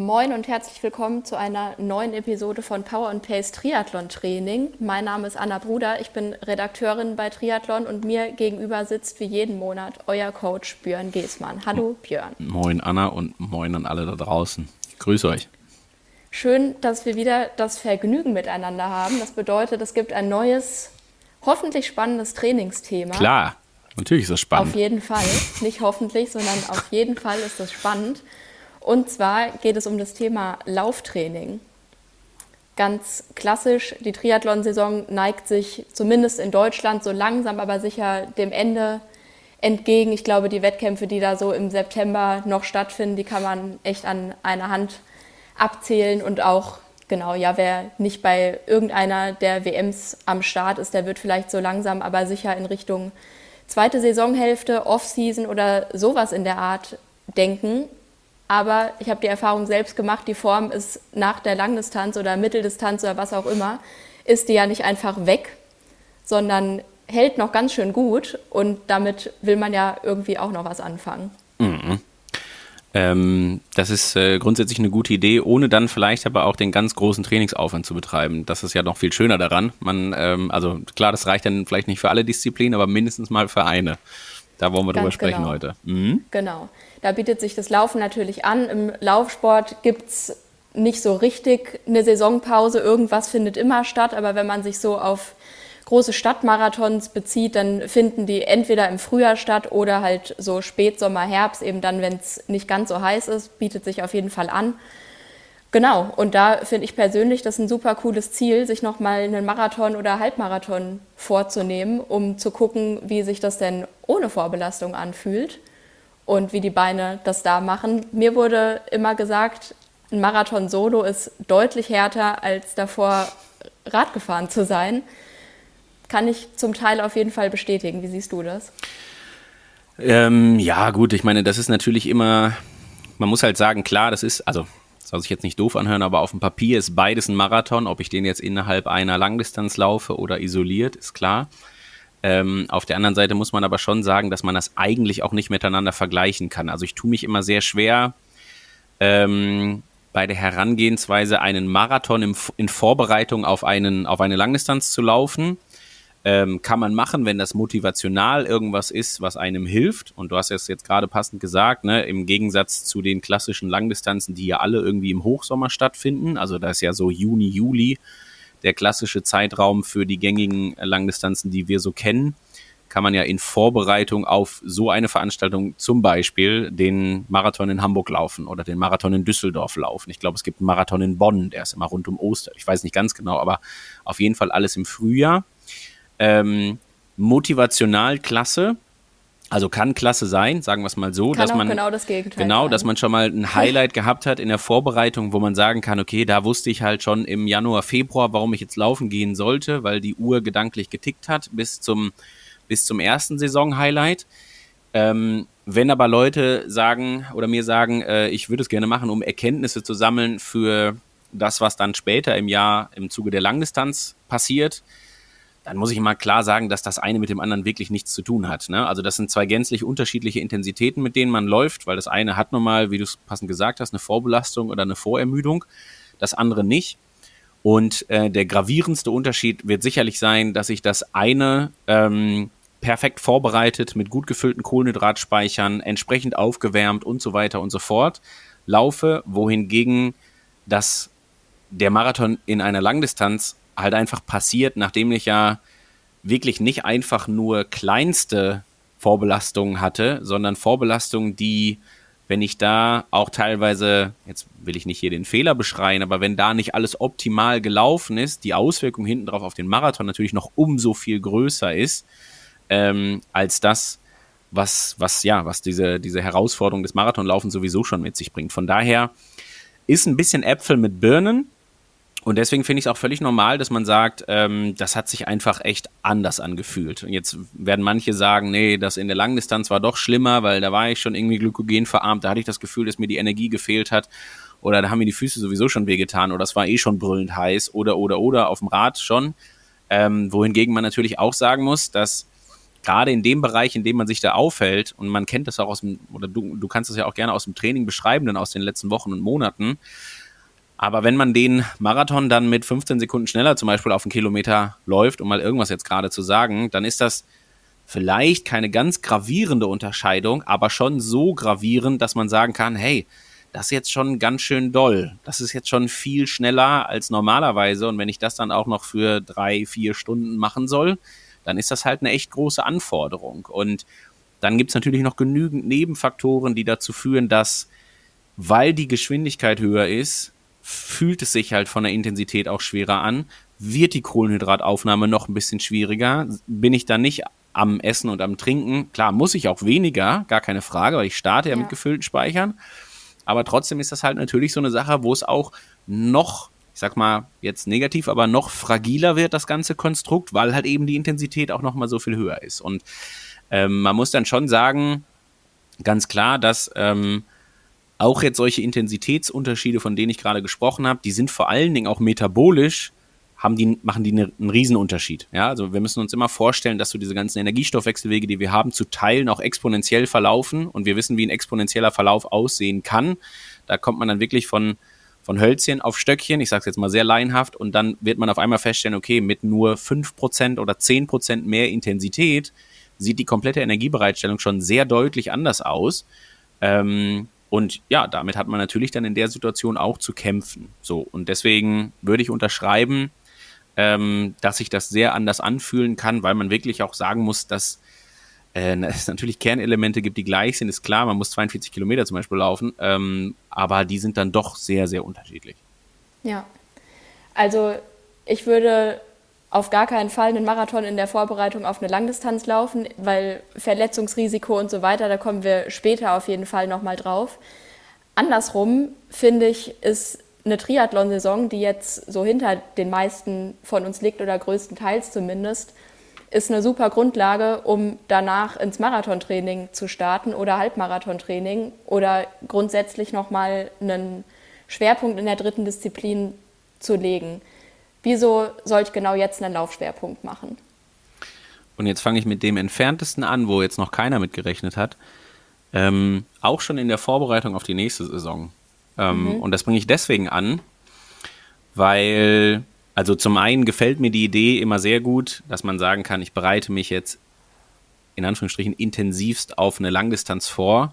Moin und herzlich willkommen zu einer neuen Episode von Power & Pace Triathlon Training. Mein Name ist Anna Bruder, ich bin Redakteurin bei Triathlon und mir gegenüber sitzt wie jeden Monat euer Coach Björn Geßmann. Hallo Björn. Moin Anna und moin an alle da draußen. Ich grüße euch. Schön, dass wir wieder das Vergnügen miteinander haben. Das bedeutet, es gibt ein neues, hoffentlich spannendes Trainingsthema. Klar, natürlich ist das spannend. Auf jeden Fall, nicht hoffentlich, sondern auf jeden Fall ist das spannend. Und zwar geht es um das Thema Lauftraining. Ganz klassisch, die Triathlon-Saison neigt sich zumindest in Deutschland so langsam, aber sicher dem Ende entgegen. Ich glaube, die Wettkämpfe, die da so im September noch stattfinden, die kann man echt an einer Hand abzählen. Und auch, genau, ja, wer nicht bei irgendeiner der WMs am Start ist, der wird vielleicht so langsam, aber sicher in Richtung zweite Saisonhälfte, Off-Season oder sowas in der Art denken. Aber ich habe die Erfahrung selbst gemacht, die Form ist nach der Langdistanz oder Mitteldistanz oder was auch immer, ist die ja nicht einfach weg, sondern hält noch ganz schön gut und damit will man ja irgendwie auch noch was anfangen. Mhm. Das ist grundsätzlich eine gute Idee, ohne dann vielleicht aber auch den ganz großen Trainingsaufwand zu betreiben. Das ist ja noch viel schöner daran. Also klar, das reicht dann vielleicht nicht für alle Disziplinen, aber mindestens mal für eine. Da wollen wir drüber sprechen heute. Mhm. Genau. Da bietet sich das Laufen natürlich an. Im Laufsport gibt es nicht so richtig eine Saisonpause. Irgendwas findet immer statt. Aber wenn man sich so auf große Stadtmarathons bezieht, dann finden die entweder im Frühjahr statt oder halt so Spätsommer, Herbst, eben dann, wenn es nicht ganz so heiß ist, bietet sich auf jeden Fall an. Genau, und da finde ich persönlich das ein super cooles Ziel, sich nochmal einen Marathon oder Halbmarathon vorzunehmen, um zu gucken, wie sich das denn ohne Vorbelastung anfühlt und wie die Beine das da machen. Mir wurde immer gesagt, ein Marathon solo ist deutlich härter, als davor Rad gefahren zu sein. Kann ich zum Teil auf jeden Fall bestätigen. Wie siehst du das? Ja gut, ich meine, das ist natürlich immer, man muss halt sagen, klar, das soll sich jetzt nicht doof anhören, aber auf dem Papier ist beides ein Marathon. Ob ich den jetzt innerhalb einer Langdistanz laufe oder isoliert, ist klar. Auf der anderen Seite muss man aber schon sagen, dass man das eigentlich auch nicht miteinander vergleichen kann. Also ich tue mich immer sehr schwer, bei der Herangehensweise einen Marathon in Vorbereitung auf eine Langdistanz zu laufen. Kann man machen, wenn das motivational irgendwas ist, was einem hilft. Und du hast es jetzt gerade passend gesagt, ne, im Gegensatz zu den klassischen Langdistanzen, die ja alle irgendwie im Hochsommer stattfinden. Also da ist ja so Juni, Juli der klassische Zeitraum für die gängigen Langdistanzen, die wir so kennen. Kann man ja in Vorbereitung auf so eine Veranstaltung zum Beispiel den Marathon in Hamburg laufen oder den Marathon in Düsseldorf laufen. Ich glaube, es gibt einen Marathon in Bonn, der ist immer rund um Ostern. Ich weiß nicht ganz genau, aber auf jeden Fall alles im Frühjahr. Motivational klasse, also kann klasse sein, sagen wir es mal so, dass man genau das Gegenteil sein. Dass man schon mal ein Highlight gehabt hat in der Vorbereitung, wo man sagen kann, okay, da wusste ich halt schon im Januar, Februar, warum ich jetzt laufen gehen sollte, weil die Uhr gedanklich getickt hat bis zum ersten Saison-Highlight. Wenn aber Leute sagen oder mir sagen, ich würde es gerne machen, um Erkenntnisse zu sammeln für das, was dann später im Jahr im Zuge der Langdistanz passiert, dann muss ich mal klar sagen, dass das eine mit dem anderen wirklich nichts zu tun hat. Ne? Also das sind zwei gänzlich unterschiedliche Intensitäten, mit denen man läuft, weil das eine hat nochmal, wie du es passend gesagt hast, eine Vorbelastung oder eine Vorermüdung, das andere nicht. Und der gravierendste Unterschied wird sicherlich sein, dass ich das eine perfekt vorbereitet, mit gut gefüllten Kohlenhydratspeichern, entsprechend aufgewärmt und so weiter und so fort laufe, wohingegen der Marathon in einer Langdistanz halt einfach passiert, nachdem ich ja wirklich nicht einfach nur kleinste Vorbelastungen hatte, sondern Vorbelastungen, die, wenn ich da auch teilweise, jetzt will ich nicht hier den Fehler beschreien, aber wenn da nicht alles optimal gelaufen ist, die Auswirkung hinten drauf auf den Marathon natürlich noch umso viel größer ist, als das, was diese Herausforderung des Marathonlaufens sowieso schon mit sich bringt. Von daher ist ein bisschen Äpfel mit Birnen. Und deswegen finde ich es auch völlig normal, dass man sagt, das hat sich einfach echt anders angefühlt. Und jetzt werden manche sagen, nee, das in der Langdistanz war doch schlimmer, weil da war ich schon irgendwie glykogenverarmt, da hatte ich das Gefühl, dass mir die Energie gefehlt hat oder da haben mir die Füße sowieso schon wehgetan oder es war eh schon brüllend heiß oder auf dem Rad schon. Wohingegen man natürlich auch sagen muss, dass gerade in dem Bereich, in dem man sich da aufhält, und man kennt das auch aus dem, oder du kannst das ja auch gerne aus dem Training beschreiben, dann aus den letzten Wochen und Monaten, aber wenn man den Marathon dann mit 15 Sekunden schneller zum Beispiel auf einen Kilometer läuft, um mal irgendwas jetzt gerade zu sagen, dann ist das vielleicht keine ganz gravierende Unterscheidung, aber schon so gravierend, dass man sagen kann, hey, das ist jetzt schon ganz schön doll. Das ist jetzt schon viel schneller als normalerweise. Und wenn ich das dann auch noch für 3-4 Stunden machen soll, dann ist das halt eine echt große Anforderung. Und dann gibt es natürlich noch genügend Nebenfaktoren, die dazu führen, dass, weil die Geschwindigkeit höher ist, fühlt es sich halt von der Intensität auch schwerer an, wird die Kohlenhydrataufnahme noch ein bisschen schwieriger, bin ich dann nicht am Essen und am Trinken. Klar, muss ich auch weniger, gar keine Frage, weil ich starte ja mit gefüllten Speichern, aber trotzdem ist das halt natürlich so eine Sache, wo es auch noch, ich sag mal jetzt negativ, aber noch fragiler wird, das ganze Konstrukt, weil halt eben die Intensität auch nochmal so viel höher ist. Und man muss dann schon sagen, ganz klar, dass auch jetzt solche Intensitätsunterschiede, von denen ich gerade gesprochen habe, die sind vor allen Dingen auch metabolisch, machen die einen Riesenunterschied. Ja, also wir müssen uns immer vorstellen, dass so diese ganzen Energiestoffwechselwege, die wir haben, zu Teilen auch exponentiell verlaufen, und wir wissen, wie ein exponentieller Verlauf aussehen kann. Da kommt man dann wirklich von Hölzchen auf Stöckchen, ich sage es jetzt mal sehr laienhaft, und dann wird man auf einmal feststellen, okay, mit nur 5% oder 10% mehr Intensität sieht die komplette Energiebereitstellung schon sehr deutlich anders aus. Und ja, damit hat man natürlich dann in der Situation auch zu kämpfen. So, und deswegen würde ich unterschreiben, dass sich das sehr anders anfühlen kann, weil man wirklich auch sagen muss, dass es natürlich Kernelemente gibt, die gleich sind, ist klar, man muss 42 Kilometer zum Beispiel laufen, aber die sind dann doch sehr, sehr unterschiedlich. Ja, also ich würde auf gar keinen Fall einen Marathon in der Vorbereitung auf eine Langdistanz laufen, weil Verletzungsrisiko und so weiter, da kommen wir später auf jeden Fall nochmal drauf. Andersrum, finde ich, ist eine Triathlon-Saison, die jetzt so hinter den meisten von uns liegt oder größtenteils zumindest, ist eine super Grundlage, um danach ins Marathontraining zu starten oder Halbmarathontraining oder grundsätzlich nochmal einen Schwerpunkt in der dritten Disziplin zu legen. Wieso soll ich genau jetzt einen Laufschwerpunkt machen? Und jetzt fange ich mit dem Entferntesten an, wo jetzt noch keiner mitgerechnet hat. Auch schon in der Vorbereitung auf die nächste Saison. Und das bringe ich deswegen an, weil, also zum einen gefällt mir die Idee immer sehr gut, dass man sagen kann, ich bereite mich jetzt in Anführungsstrichen intensivst auf eine Langdistanz vor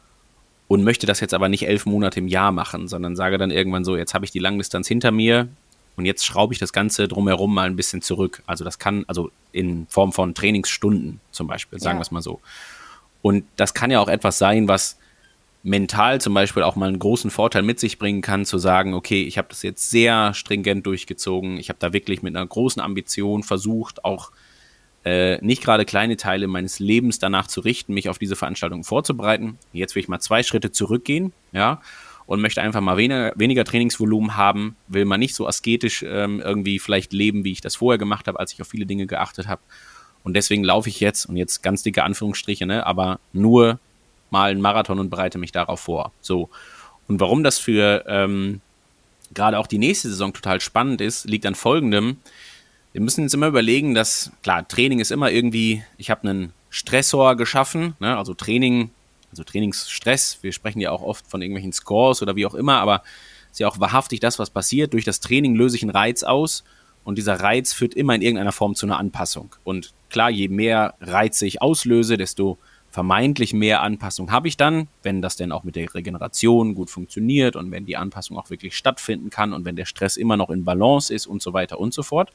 und möchte das jetzt aber nicht 11 Monate im Jahr machen, sondern sage dann irgendwann so, jetzt habe ich die Langdistanz hinter mir und jetzt schraube ich das Ganze drumherum mal ein bisschen zurück. Also das kann, also in Form von Trainingsstunden zum Beispiel, sagen wir es mal so. Und das kann ja auch etwas sein, was mental zum Beispiel auch mal einen großen Vorteil mit sich bringen kann, zu sagen, okay, ich habe das jetzt sehr stringent durchgezogen, ich habe da wirklich mit einer großen Ambition versucht, auch nicht gerade kleine Teile meines Lebens danach zu richten, mich auf diese Veranstaltung vorzubereiten. Jetzt will ich mal 2 Schritte zurückgehen, ja, und möchte einfach mal weniger Trainingsvolumen haben, will mal nicht so asketisch irgendwie vielleicht leben, wie ich das vorher gemacht habe, als ich auf viele Dinge geachtet habe. Und deswegen laufe ich jetzt, und jetzt ganz dicke Anführungsstriche, ne, aber nur mal einen Marathon und bereite mich darauf vor. So. Und warum das für gerade auch die nächste Saison total spannend ist, liegt an Folgendem. Wir müssen uns immer überlegen, dass, klar, Training ist immer irgendwie, ich habe einen Stressor geschaffen, ne, also Trainingsstress. Wir sprechen ja auch oft von irgendwelchen Scores oder wie auch immer, aber es ist ja auch wahrhaftig das, was passiert. Durch das Training löse ich einen Reiz aus und dieser Reiz führt immer in irgendeiner Form zu einer Anpassung. Und klar, je mehr Reize ich auslöse, desto vermeintlich mehr Anpassung habe ich dann, wenn das denn auch mit der Regeneration gut funktioniert und wenn die Anpassung auch wirklich stattfinden kann und wenn der Stress immer noch in Balance ist und so weiter und so fort.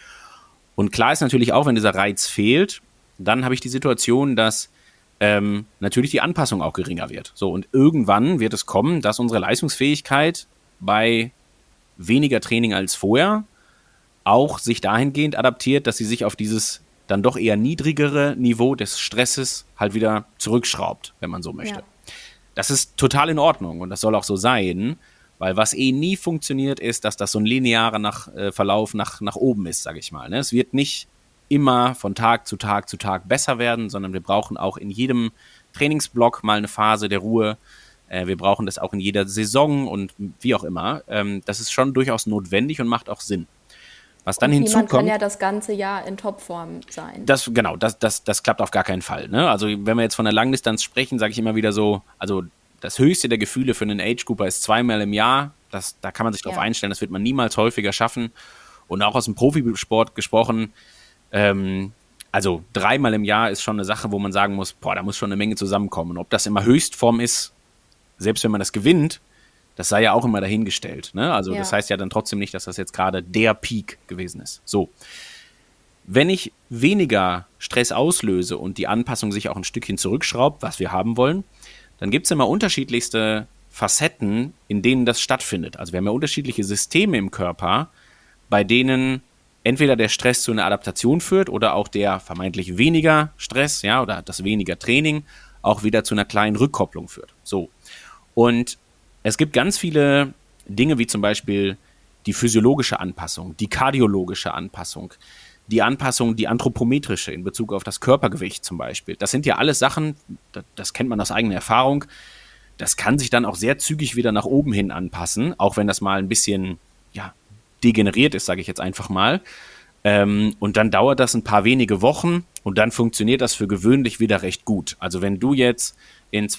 Und klar ist natürlich auch, wenn dieser Reiz fehlt, dann habe ich die Situation, dass natürlich die Anpassung auch geringer wird. So, und irgendwann wird es kommen, dass unsere Leistungsfähigkeit bei weniger Training als vorher auch sich dahingehend adaptiert, dass sie sich auf dieses dann doch eher niedrigere Niveau des Stresses halt wieder zurückschraubt, wenn man so möchte. Ja. Das ist total in Ordnung und das soll auch so sein, weil was nie funktioniert ist, dass das so ein linearer Verlauf nach oben ist, sage ich mal. Ne? Es wird nicht immer von Tag zu Tag besser werden, sondern wir brauchen auch in jedem Trainingsblock mal eine Phase der Ruhe. Wir brauchen das auch in jeder Saison und wie auch immer. Das ist schon durchaus notwendig und macht auch Sinn. Was dann und niemand hinzukommt, kann ja das ganze Jahr in Topform sein. das klappt auf gar keinen Fall. Ne? Also wenn wir jetzt von der Langdistanz sprechen, sage ich immer wieder so, also das höchste der Gefühle für einen Age-Grouper ist 2-mal im Jahr. Da kann man sich drauf einstellen, das wird man niemals häufiger schaffen. Und auch aus dem Profisport gesprochen, also 3-mal im Jahr ist schon eine Sache, wo man sagen muss, da muss schon eine Menge zusammenkommen. Und ob das immer Höchstform ist, selbst wenn man das gewinnt, das sei ja auch immer dahingestellt. Ne? Also das heißt ja dann trotzdem nicht, dass das jetzt gerade der Peak gewesen ist. So, wenn ich weniger Stress auslöse und die Anpassung sich auch ein Stückchen zurückschraubt, was wir haben wollen, dann gibt es immer unterschiedlichste Facetten, in denen das stattfindet. Also wir haben ja unterschiedliche Systeme im Körper, bei denen entweder der Stress zu einer Adaptation führt oder auch der vermeintlich weniger Stress, ja, oder das weniger Training auch wieder zu einer kleinen Rückkopplung führt. So. Und es gibt ganz viele Dinge, wie zum Beispiel die physiologische Anpassung, die kardiologische Anpassung, die Anpassung, die anthropometrische in Bezug auf das Körpergewicht zum Beispiel. Das sind ja alles Sachen, das kennt man aus eigener Erfahrung, das kann sich dann auch sehr zügig wieder nach oben hin anpassen, auch wenn das mal ein bisschen degeneriert ist, sage ich jetzt einfach mal. Und dann dauert das ein paar wenige Wochen und dann funktioniert das für gewöhnlich wieder recht gut. Also wenn du jetzt in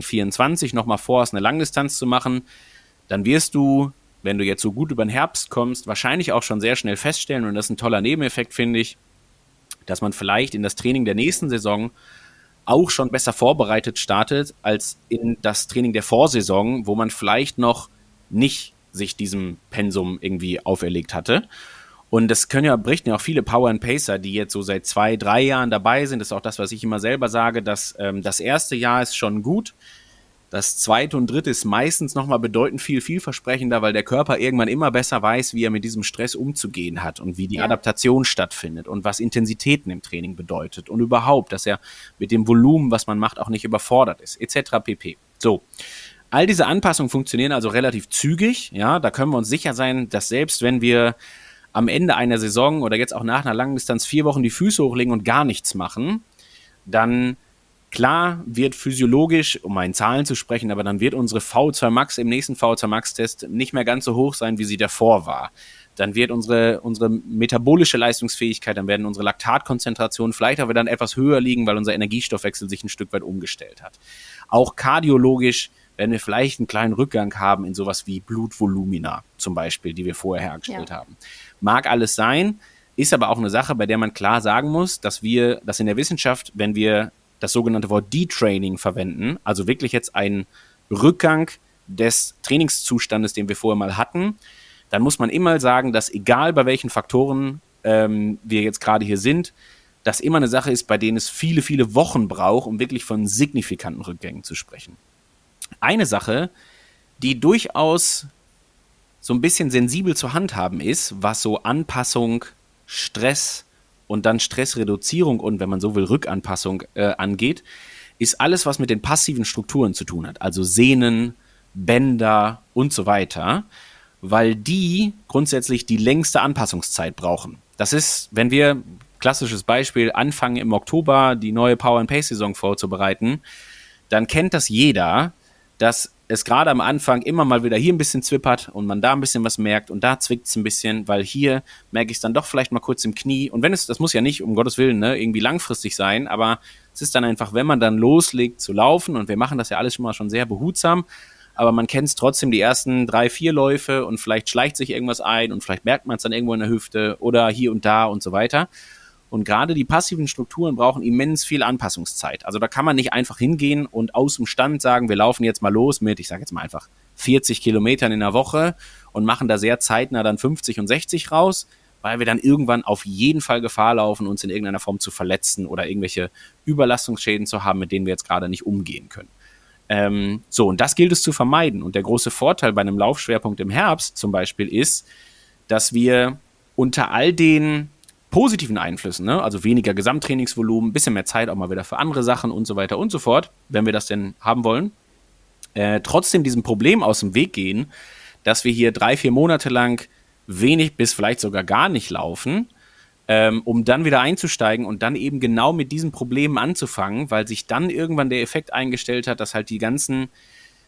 2024 nochmal vorhast, eine Langdistanz zu machen, dann wirst du, wenn du jetzt so gut über den Herbst kommst, wahrscheinlich auch schon sehr schnell feststellen, und das ist ein toller Nebeneffekt, finde ich, dass man vielleicht in das Training der nächsten Saison auch schon besser vorbereitet startet, als in das Training der Vorsaison, wo man vielleicht noch nicht sich diesem Pensum irgendwie auferlegt hatte. Und das berichten ja auch viele Power and Pacer, die jetzt so seit 2-3 Jahren dabei sind. Das ist auch das, was ich immer selber sage, dass das erste Jahr ist schon gut. Das zweite und dritte ist meistens nochmal bedeutend vielversprechender, weil der Körper irgendwann immer besser weiß, wie er mit diesem Stress umzugehen hat und wie die Adaptation stattfindet und was Intensitäten im Training bedeutet und überhaupt, dass er mit dem Volumen, was man macht, auch nicht überfordert ist, etc. pp. So. All diese Anpassungen funktionieren also relativ zügig. Ja, da können wir uns sicher sein, dass selbst wenn wir am Ende einer Saison oder jetzt auch nach einer langen Distanz 4 Wochen die Füße hochlegen und gar nichts machen, dann klar wird physiologisch, um mal in Zahlen zu sprechen, aber dann wird unsere VO2 Max im nächsten VO2 Max-Test nicht mehr ganz so hoch sein, wie sie davor war. Dann wird unsere metabolische Leistungsfähigkeit, dann werden unsere Laktatkonzentrationen vielleicht aber dann etwas höher liegen, weil unser Energiestoffwechsel sich ein Stück weit umgestellt hat. Auch kardiologisch werden wir vielleicht einen kleinen Rückgang haben in sowas wie Blutvolumina zum Beispiel, die wir vorher hergestellt haben. Mag alles sein, ist aber auch eine Sache, bei der man klar sagen muss, dass in der Wissenschaft, wenn wir das sogenannte Wort Detraining verwenden, also wirklich jetzt einen Rückgang des Trainingszustandes, den wir vorher mal hatten, dann muss man immer sagen, dass egal bei welchen Faktoren wir jetzt gerade hier sind, das immer eine Sache ist, bei denen es viele, viele Wochen braucht, um wirklich von signifikanten Rückgängen zu sprechen. Eine Sache, die durchaus so ein bisschen sensibel zu handhaben ist, was so Anpassung, Stress und dann Stressreduzierung und, wenn man so will, Rückanpassung angeht, ist alles, was mit den passiven Strukturen zu tun hat, also Sehnen, Bänder und so weiter, weil die grundsätzlich die längste Anpassungszeit brauchen. Das ist, wenn wir, klassisches Beispiel, anfangen im Oktober die neue Power-and-Pace-Saison vorzubereiten, dann kennt das jeder, dass es gerade am Anfang immer mal wieder hier ein bisschen zwippert und man da ein bisschen was merkt und da zwickt es ein bisschen, weil hier merke ich es dann doch vielleicht mal kurz im Knie. Und das muss ja nicht, um Gottes Willen, irgendwie langfristig sein, aber es ist dann einfach, wenn man dann loslegt zu laufen, und wir machen das ja alles schon sehr behutsam, aber man kennt es trotzdem die ersten 3-4 Läufe und vielleicht schleicht sich irgendwas ein und vielleicht merkt man es dann irgendwo in der Hüfte oder hier und da und so weiter. Und gerade die passiven Strukturen brauchen immens viel Anpassungszeit. Also da kann man nicht einfach hingehen und aus dem Stand sagen, wir laufen jetzt mal los mit, ich sage jetzt mal einfach 40 Kilometern in der Woche und machen da sehr zeitnah dann 50 und 60 raus, weil wir dann irgendwann auf jeden Fall Gefahr laufen, uns in irgendeiner Form zu verletzen oder irgendwelche Überlastungsschäden zu haben, mit denen wir jetzt gerade nicht umgehen können. Und das gilt es zu vermeiden. Und der große Vorteil bei einem Laufschwerpunkt im Herbst zum Beispiel ist, dass wir unter all den positiven Einflüssen, ne? Also weniger Gesamttrainingsvolumen, ein bisschen mehr Zeit auch mal wieder für andere Sachen und so weiter und so fort, wenn wir das denn haben wollen, trotzdem diesem Problem aus dem Weg gehen, dass wir hier 3-4 Monate lang wenig bis vielleicht sogar gar nicht laufen, um dann wieder einzusteigen und dann eben genau mit diesen Problemen anzufangen, weil sich dann irgendwann der Effekt eingestellt hat, dass halt die ganzen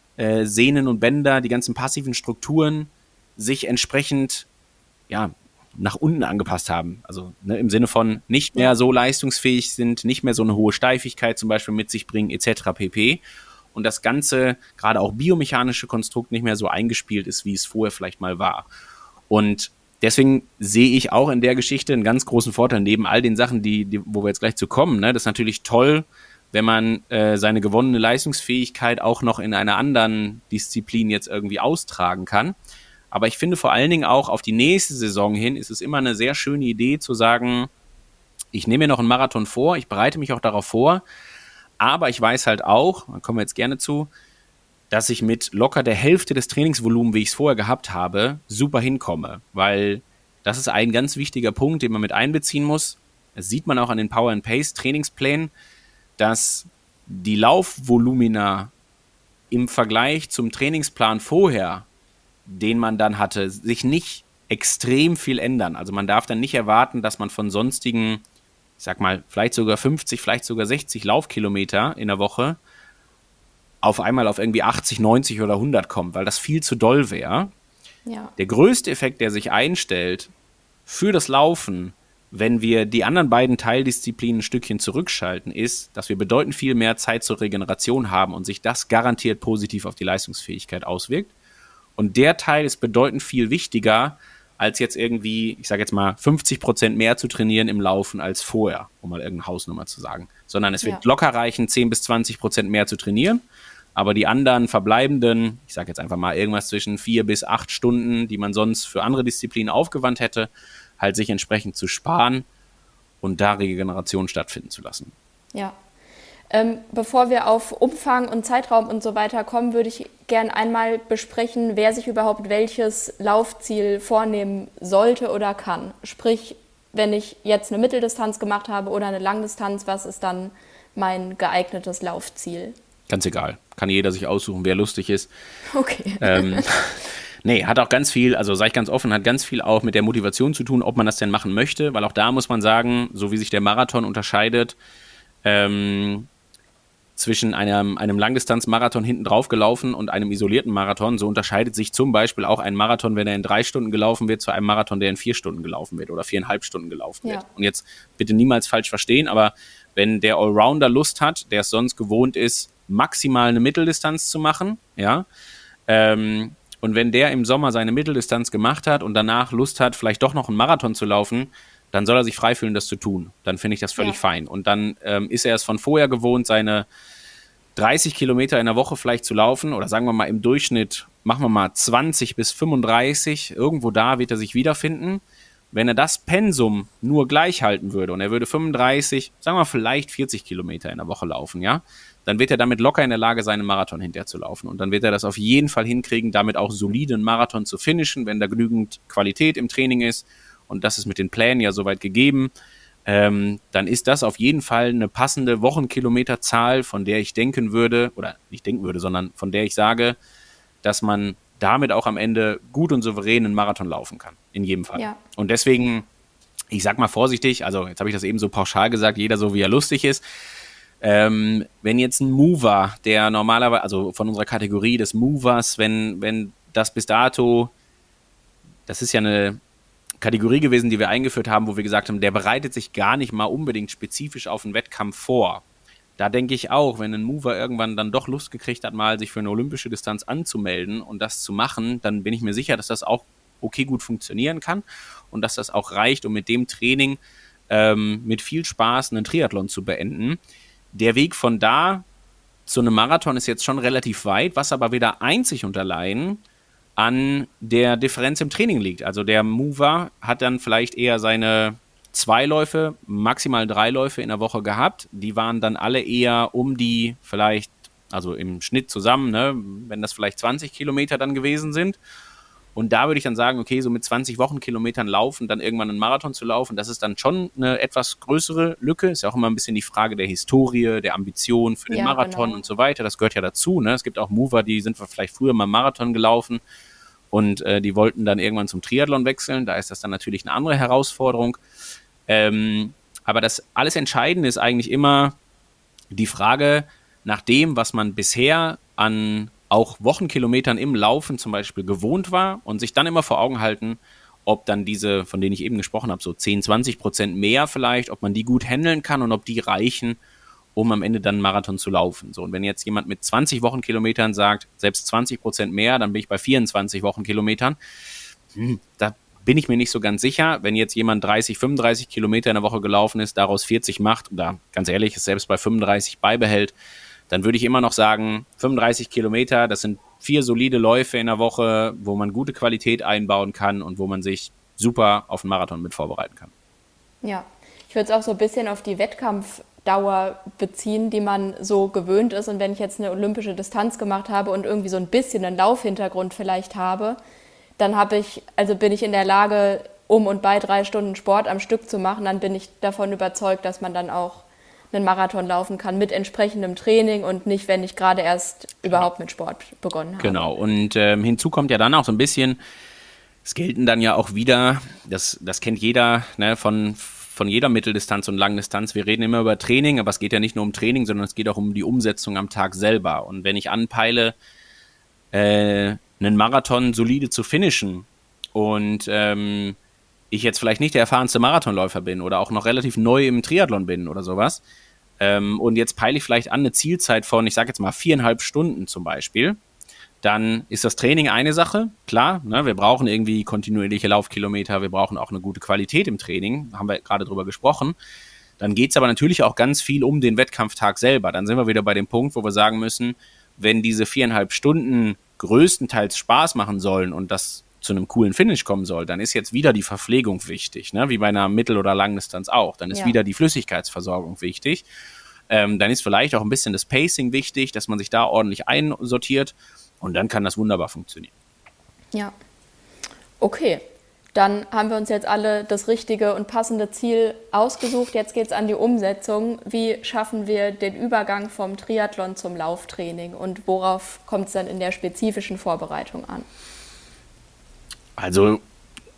Sehnen und Bänder, die ganzen passiven Strukturen sich entsprechend nach unten angepasst haben. Also im Sinne von nicht mehr so leistungsfähig sind, nicht mehr so eine hohe Steifigkeit zum Beispiel mit sich bringen, etc. pp. Und das ganze, gerade auch biomechanische Konstrukt nicht mehr so eingespielt ist, wie es vorher vielleicht mal war. Und deswegen sehe ich auch in der Geschichte einen ganz großen Vorteil, neben all den Sachen, wo wir jetzt gleich zu kommen. Ne? Das ist natürlich toll, wenn man seine gewonnene Leistungsfähigkeit auch noch in einer anderen Disziplin jetzt irgendwie austragen kann. Aber ich finde vor allen Dingen auch auf die nächste Saison hin ist es immer eine sehr schöne Idee zu sagen, ich nehme mir noch einen Marathon vor, ich bereite mich auch darauf vor, aber ich weiß halt auch, da kommen wir jetzt gerne zu, dass ich mit locker der Hälfte des Trainingsvolumens, wie ich es vorher gehabt habe, super hinkomme. Weil das ist ein ganz wichtiger Punkt, den man mit einbeziehen muss. Das sieht man auch an den Power-and-Pace-Trainingsplänen, dass die Laufvolumina im Vergleich zum Trainingsplan vorher, den man dann hatte, sich nicht extrem viel ändern. Also man darf dann nicht erwarten, dass man von sonstigen, ich sag mal, vielleicht sogar 50, vielleicht sogar 60 Laufkilometer in der Woche auf einmal auf irgendwie 80, 90 oder 100 kommt, weil das viel zu doll wäre. Ja. Der größte Effekt, der sich einstellt für das Laufen, wenn wir die anderen beiden Teildisziplinen ein Stückchen zurückschalten, ist, dass wir bedeutend viel mehr Zeit zur Regeneration haben und sich das garantiert positiv auf die Leistungsfähigkeit auswirkt. Und der Teil ist bedeutend viel wichtiger, als jetzt irgendwie, ich sage jetzt mal, 50% mehr zu trainieren im Laufen als vorher, um mal irgendeine Hausnummer zu sagen. Sondern es wird locker reichen, 10 bis 20% mehr zu trainieren. Aber die anderen verbleibenden, ich sage jetzt einfach mal irgendwas zwischen 4 bis 8 Stunden, die man sonst für andere Disziplinen aufgewandt hätte, halt sich entsprechend zu sparen und da Regeneration stattfinden zu lassen. Ja. Bevor wir auf Umfang und Zeitraum und so weiter kommen, würde ich gern einmal besprechen, wer sich überhaupt welches Laufziel vornehmen sollte oder kann. Sprich, wenn ich jetzt eine Mitteldistanz gemacht habe oder eine Langdistanz, was ist dann mein geeignetes Laufziel? Ganz egal. Kann jeder sich aussuchen, wer lustig ist. Okay. Nee, hat auch ganz viel, also sage ich ganz offen, hat ganz viel auch mit der Motivation zu tun, ob man das denn machen möchte, weil auch da muss man sagen, so wie sich der Marathon unterscheidet, zwischen einem Langdistanz-Marathon hinten drauf gelaufen und einem isolierten Marathon, so unterscheidet sich zum Beispiel auch ein Marathon, wenn er in 3 Stunden gelaufen wird, zu einem Marathon, der in 4 Stunden gelaufen wird oder 4,5 Stunden gelaufen wird. Und jetzt bitte niemals falsch verstehen, aber wenn der Allrounder Lust hat, der es sonst gewohnt ist, maximal eine Mitteldistanz zu machen, ja, und wenn der im Sommer seine Mitteldistanz gemacht hat und danach Lust hat, vielleicht doch noch einen Marathon zu laufen, dann soll er sich frei fühlen, das zu tun. Dann finde ich das völlig fein. Und dann ist er es von vorher gewohnt, seine 30 Kilometer in der Woche vielleicht zu laufen oder sagen wir mal im Durchschnitt, machen wir mal 20 bis 35, irgendwo da wird er sich wiederfinden. Wenn er das Pensum nur gleich halten würde und er würde 35, sagen wir vielleicht 40 Kilometer in der Woche laufen, ja, dann wird er damit locker in der Lage sein, einen Marathon hinterher zu laufen. Und dann wird er das auf jeden Fall hinkriegen, damit auch soliden Marathon zu finishen, wenn da genügend Qualität im Training ist. Und das ist mit den Plänen ja soweit gegeben. Dann ist das auf jeden Fall eine passende Wochenkilometerzahl, von der ich denken würde, oder nicht denken würde, sondern von der ich sage, dass man damit auch am Ende gut und souverän einen Marathon laufen kann. In jedem Fall. Ja. Und deswegen, ich sag mal vorsichtig, also jetzt habe ich das eben so pauschal gesagt, jeder so wie er lustig ist. Wenn jetzt ein Mover, der normalerweise, also von unserer Kategorie des Movers, wenn das bis dato, das ist ja eine Kategorie gewesen, die wir eingeführt haben, wo wir gesagt haben, der bereitet sich gar nicht mal unbedingt spezifisch auf einen Wettkampf vor. Da denke ich auch, wenn ein Mover irgendwann dann doch Lust gekriegt hat, mal sich für eine olympische Distanz anzumelden und das zu machen, dann bin ich mir sicher, dass das auch okay gut funktionieren kann und dass das auch reicht, um mit dem Training mit viel Spaß einen Triathlon zu beenden. Der Weg von da zu einem Marathon ist jetzt schon relativ weit, was aber wieder einzig und allein an der Differenz im Training liegt. Also der Mover hat dann vielleicht eher seine 2 Läufe, maximal 3 Läufe in der Woche gehabt. Die waren dann alle eher um die vielleicht, also im Schnitt zusammen, ne, wenn das vielleicht 20 Kilometer dann gewesen sind. Und da würde ich dann sagen, okay, so mit 20 Wochenkilometern laufen, dann irgendwann einen Marathon zu laufen, das ist dann schon eine etwas größere Lücke. Ist ja auch immer ein bisschen die Frage der Historie, der Ambition für den Marathon und so weiter. Das gehört ja dazu. Ne? Es gibt auch Mover, die sind vielleicht früher mal Marathon gelaufen und die wollten dann irgendwann zum Triathlon wechseln. Da ist das dann natürlich eine andere Herausforderung. Aber das alles Entscheidende ist eigentlich immer die Frage nach dem, was man bisher an auch Wochenkilometern im Laufen zum Beispiel gewohnt war und sich dann immer vor Augen halten, ob dann diese, von denen ich eben gesprochen habe, so 10-20% mehr vielleicht, ob man die gut handeln kann und ob die reichen, um am Ende dann einen Marathon zu laufen. So, und wenn jetzt jemand mit 20 Wochenkilometern sagt, selbst 20% mehr, dann bin ich bei 24 Wochenkilometern. Da bin ich mir nicht so ganz sicher. Wenn jetzt jemand 30, 35 Kilometer in der Woche gelaufen ist, daraus 40 macht oder ganz ehrlich, es selbst bei 35 beibehält, dann würde ich immer noch sagen, 35 Kilometer, das sind 4 solide Läufe in der Woche, wo man gute Qualität einbauen kann und wo man sich super auf den Marathon mit vorbereiten kann. Ja, ich würde es auch so ein bisschen auf die Wettkampfdauer beziehen, die man so gewöhnt ist. Und wenn ich jetzt eine olympische Distanz gemacht habe und irgendwie so ein bisschen einen Laufhintergrund vielleicht habe, dann bin ich in der Lage, und bei 3 Stunden Sport am Stück zu machen, dann bin ich davon überzeugt, dass man dann auch einen Marathon laufen kann mit entsprechendem Training und nicht, wenn ich gerade erst überhaupt mit Sport begonnen habe. Genau, und hinzu kommt ja dann auch so ein bisschen, es gelten dann ja auch wieder, das kennt jeder, ne, von jeder Mitteldistanz und Langdistanz. Wir reden immer über Training, aber es geht ja nicht nur um Training, sondern es geht auch um die Umsetzung am Tag selber. Und wenn ich anpeile, einen Marathon solide zu finishen und ich jetzt vielleicht nicht der erfahrenste Marathonläufer bin oder auch noch relativ neu im Triathlon bin oder sowas und jetzt peile ich vielleicht an eine Zielzeit von, ich sage jetzt mal 4,5 Stunden zum Beispiel, dann ist das Training eine Sache, klar, ne, wir brauchen irgendwie kontinuierliche Laufkilometer, wir brauchen auch eine gute Qualität im Training, haben wir gerade drüber gesprochen. Dann geht es aber natürlich auch ganz viel um den Wettkampftag selber. Dann sind wir wieder bei dem Punkt, wo wir sagen müssen, wenn diese 4,5 Stunden größtenteils Spaß machen sollen und das zu einem coolen Finish kommen soll, dann ist jetzt wieder die Verpflegung wichtig, ne? Wie bei einer Mittel- oder Langdistanz auch. Dann ist wieder die Flüssigkeitsversorgung wichtig. Dann ist vielleicht auch ein bisschen das Pacing wichtig, dass man sich da ordentlich einsortiert und dann kann das wunderbar funktionieren. Ja, okay. Dann haben wir uns jetzt alle das richtige und passende Ziel ausgesucht. Jetzt geht es an die Umsetzung. Wie schaffen wir den Übergang vom Triathlon zum Lauftraining und worauf kommt es dann in der spezifischen Vorbereitung an? Also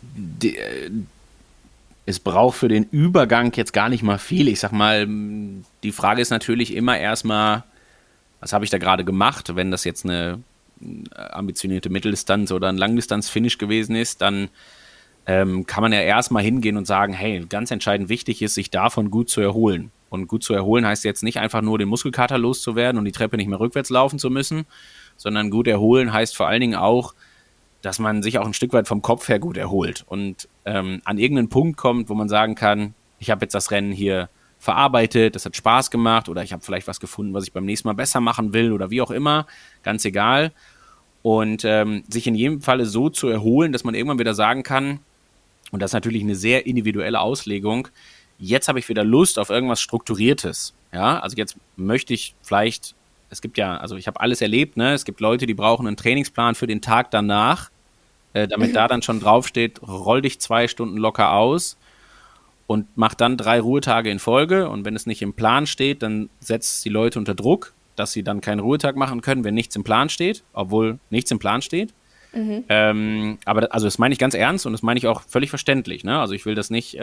es braucht für den Übergang jetzt gar nicht mal viel. Ich sag mal, die Frage ist natürlich immer erstmal, was habe ich da gerade gemacht? Wenn das jetzt eine ambitionierte Mitteldistanz oder ein Langdistanz-Finish gewesen ist, dann kann man ja erstmal hingehen und sagen, hey, ganz entscheidend wichtig ist, sich davon gut zu erholen. Und gut zu erholen heißt jetzt nicht einfach nur den Muskelkater loszuwerden und die Treppe nicht mehr rückwärts laufen zu müssen, sondern gut erholen heißt vor allen Dingen auch, dass man sich auch ein Stück weit vom Kopf her gut erholt und an irgendeinen Punkt kommt, wo man sagen kann, ich habe jetzt das Rennen hier verarbeitet, das hat Spaß gemacht oder ich habe vielleicht was gefunden, was ich beim nächsten Mal besser machen will oder wie auch immer, ganz egal. Und sich in jedem Falle so zu erholen, dass man irgendwann wieder sagen kann, und das ist natürlich eine sehr individuelle Auslegung, jetzt habe ich wieder Lust auf irgendwas Strukturiertes. Ja, also jetzt möchte ich vielleicht, es gibt ja, also ich habe alles erlebt, ne? Es gibt Leute, die brauchen einen Trainingsplan für den Tag danach, damit da dann schon draufsteht, roll dich 2 Stunden locker aus und mach dann 3 Ruhetage in Folge. Und wenn es nicht im Plan steht, dann setzt es die Leute unter Druck, dass sie dann keinen Ruhetag machen können, wenn nichts im Plan steht, obwohl nichts im Plan steht. Aber also das meine ich ganz ernst und das meine ich auch völlig verständlich. Ne? Also ich will das nicht,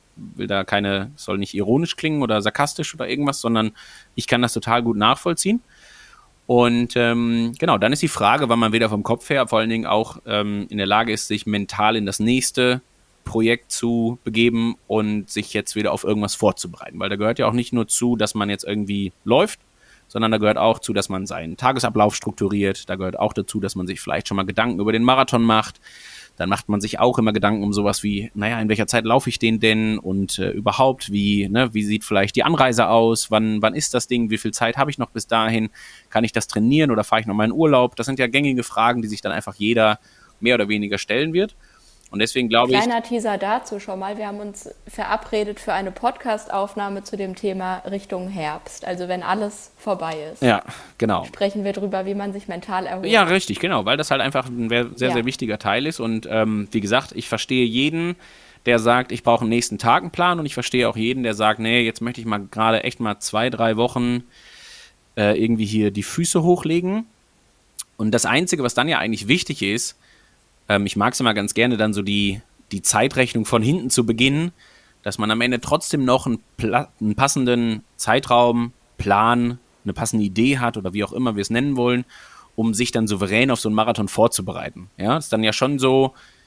soll nicht ironisch klingen oder sarkastisch oder irgendwas, sondern ich kann das total gut nachvollziehen. Und genau, dann ist die Frage, wann man wieder vom Kopf her vor allen Dingen auch in der Lage ist, sich mental in das nächste Projekt zu begeben und sich jetzt wieder auf irgendwas vorzubereiten. Weil da gehört ja auch nicht nur zu, dass man jetzt irgendwie läuft, sondern da gehört auch zu, dass man seinen Tagesablauf strukturiert. Da gehört auch dazu, dass man sich vielleicht schon mal Gedanken über den Marathon macht. Dann macht man sich auch immer Gedanken um sowas wie, naja, in welcher Zeit laufe ich den denn und überhaupt, wie sieht vielleicht die Anreise aus, wann ist das Ding, wie viel Zeit habe ich noch bis dahin, kann ich das trainieren oder fahre ich noch mal in Urlaub? Das sind ja gängige Fragen, die sich dann einfach jeder mehr oder weniger stellen wird. Und deswegen glaube ich... Kleiner Teaser dazu schon mal. Wir haben uns verabredet für eine Podcast-Aufnahme zu dem Thema Richtung Herbst. Also wenn alles vorbei ist. Ja, genau. Sprechen wir drüber, wie man sich mental erholt. Ja, richtig, genau. Weil das halt einfach ein sehr, sehr wichtiger Teil ist. Und wie gesagt, ich verstehe jeden, der sagt, ich brauche am nächsten Tag einen Plan. Und ich verstehe auch jeden, der sagt, nee, jetzt möchte ich mal gerade echt mal 2-3 Wochen irgendwie hier die Füße hochlegen. Und das Einzige, was dann ja eigentlich wichtig ist, ich mag es immer ganz gerne, dann so die Zeitrechnung von hinten zu beginnen, dass man am Ende trotzdem noch einen passenden Zeitraum, Plan, eine passende Idee hat oder wie auch immer wir es nennen wollen, um sich dann souverän auf so einen Marathon vorzubereiten. Ja, das ist dann ja schon so,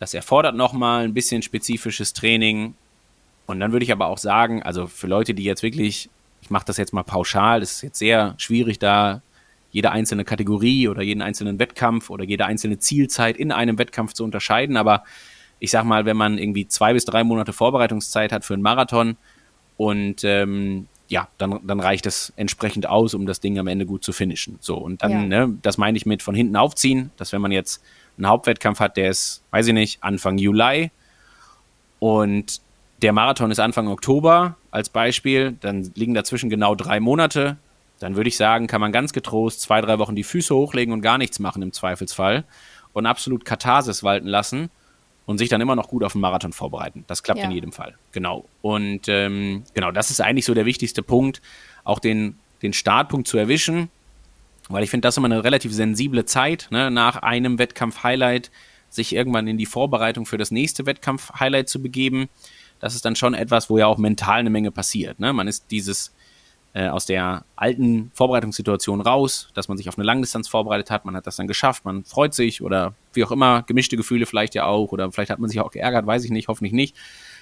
Das erfordert nochmal ein bisschen spezifisches Training. Und dann würde ich aber auch sagen, also für Leute, die jetzt wirklich, ich mache das jetzt mal pauschal, es ist jetzt sehr schwierig, da jede einzelne Kategorie oder jeden einzelnen Wettkampf oder jede einzelne Zielzeit in einem Wettkampf zu unterscheiden. Aber ich sag mal, wenn man irgendwie 2 bis 3 Monate Vorbereitungszeit hat für einen Marathon und dann reicht es entsprechend aus, um das Ding am Ende gut zu finishen. So, und dann, das meine ich mit von hinten aufziehen, dass wenn man jetzt einen Hauptwettkampf hat, der ist, weiß ich nicht, Anfang Juli und der Marathon ist Anfang Oktober als Beispiel, dann liegen dazwischen genau 3 Monate, dann würde ich sagen, kann man ganz getrost 2, 3 Wochen die Füße hochlegen und gar nichts machen im Zweifelsfall und absolut Katharsis walten lassen und sich dann immer noch gut auf den Marathon vorbereiten. Das klappt in jedem Fall. Genau. Und das ist eigentlich so der wichtigste Punkt, auch den Startpunkt zu erwischen, weil ich finde, das ist immer eine relativ sensible Zeit, ne, nach einem Wettkampf-Highlight sich irgendwann in die Vorbereitung für das nächste Wettkampf-Highlight zu begeben. Das ist dann schon etwas, wo ja auch mental eine Menge passiert. Ne? Man ist aus der alten Vorbereitungssituation raus, dass man sich auf eine Langdistanz vorbereitet hat, man hat das dann geschafft, man freut sich oder wie auch immer, gemischte Gefühle vielleicht ja auch oder vielleicht hat man sich auch geärgert, weiß ich nicht, hoffentlich nicht.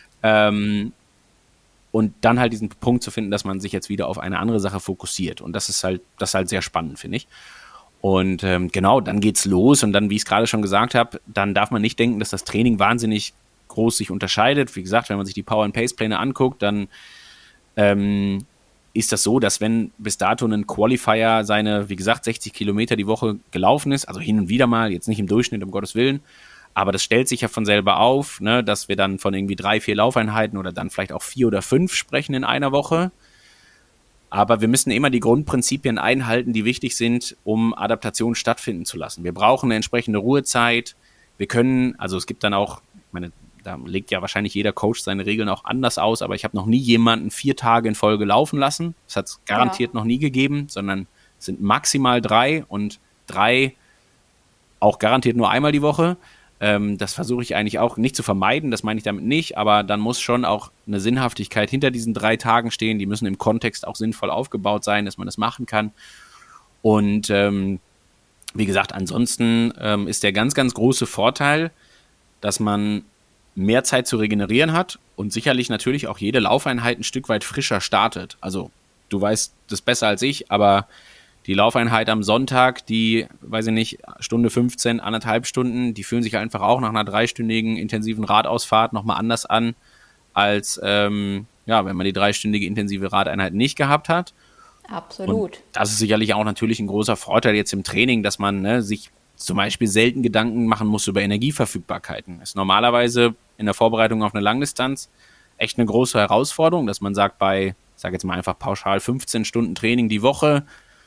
Und dann halt diesen Punkt zu finden, dass man sich jetzt wieder auf eine andere Sache fokussiert und das ist halt sehr spannend, finde ich. Und dann geht's los und dann, wie ich es gerade schon gesagt habe, dann darf man nicht denken, dass das Training wahnsinnig groß sich unterscheidet. Wie gesagt, wenn man sich die Power-and-Pace-Pläne anguckt, dann ist das so, dass wenn bis dato ein Qualifier seine, wie gesagt, 60 Kilometer die Woche gelaufen ist, also hin und wieder mal, jetzt nicht im Durchschnitt, um Gottes Willen, aber das stellt sich ja von selber auf, ne, dass wir dann von irgendwie 3, 4 Laufeinheiten oder dann vielleicht auch 4 oder 5 sprechen in einer Woche. Aber wir müssen immer die Grundprinzipien einhalten, die wichtig sind, um Adaptation stattfinden zu lassen. Wir brauchen eine entsprechende Ruhezeit. Wir können, also es gibt dann auch, ich meine, da legt ja wahrscheinlich jeder Coach seine Regeln auch anders aus, aber ich habe noch nie jemanden 4 Tage in Folge laufen lassen. Das hat es garantiert noch nie gegeben, sondern es sind maximal 3 und 3 auch garantiert nur einmal die Woche. Das versuche ich eigentlich auch nicht zu vermeiden, das meine ich damit nicht, aber dann muss schon auch eine Sinnhaftigkeit hinter diesen 3 Tagen stehen. Die müssen im Kontext auch sinnvoll aufgebaut sein, dass man das machen kann. Und wie gesagt, ansonsten ist der ganz, ganz große Vorteil, dass man mehr Zeit zu regenerieren hat und sicherlich natürlich auch jede Laufeinheit ein Stück weit frischer startet. Also du weißt das besser als ich, aber die Laufeinheit am Sonntag, die, weiß ich nicht, Stunde 15, 1,5 Stunden, die fühlen sich einfach auch nach einer 3-stündigen intensiven Radausfahrt nochmal anders an, als wenn man die 3-stündige intensive Radeinheit nicht gehabt hat. Absolut. Und das ist sicherlich auch natürlich ein großer Vorteil jetzt im Training, dass man sich zum Beispiel selten Gedanken machen muss über Energieverfügbarkeiten. Das ist normalerweise in der Vorbereitung auf eine Langdistanz echt eine große Herausforderung, dass man sagt, ich sage jetzt mal einfach pauschal 15 Stunden Training die Woche,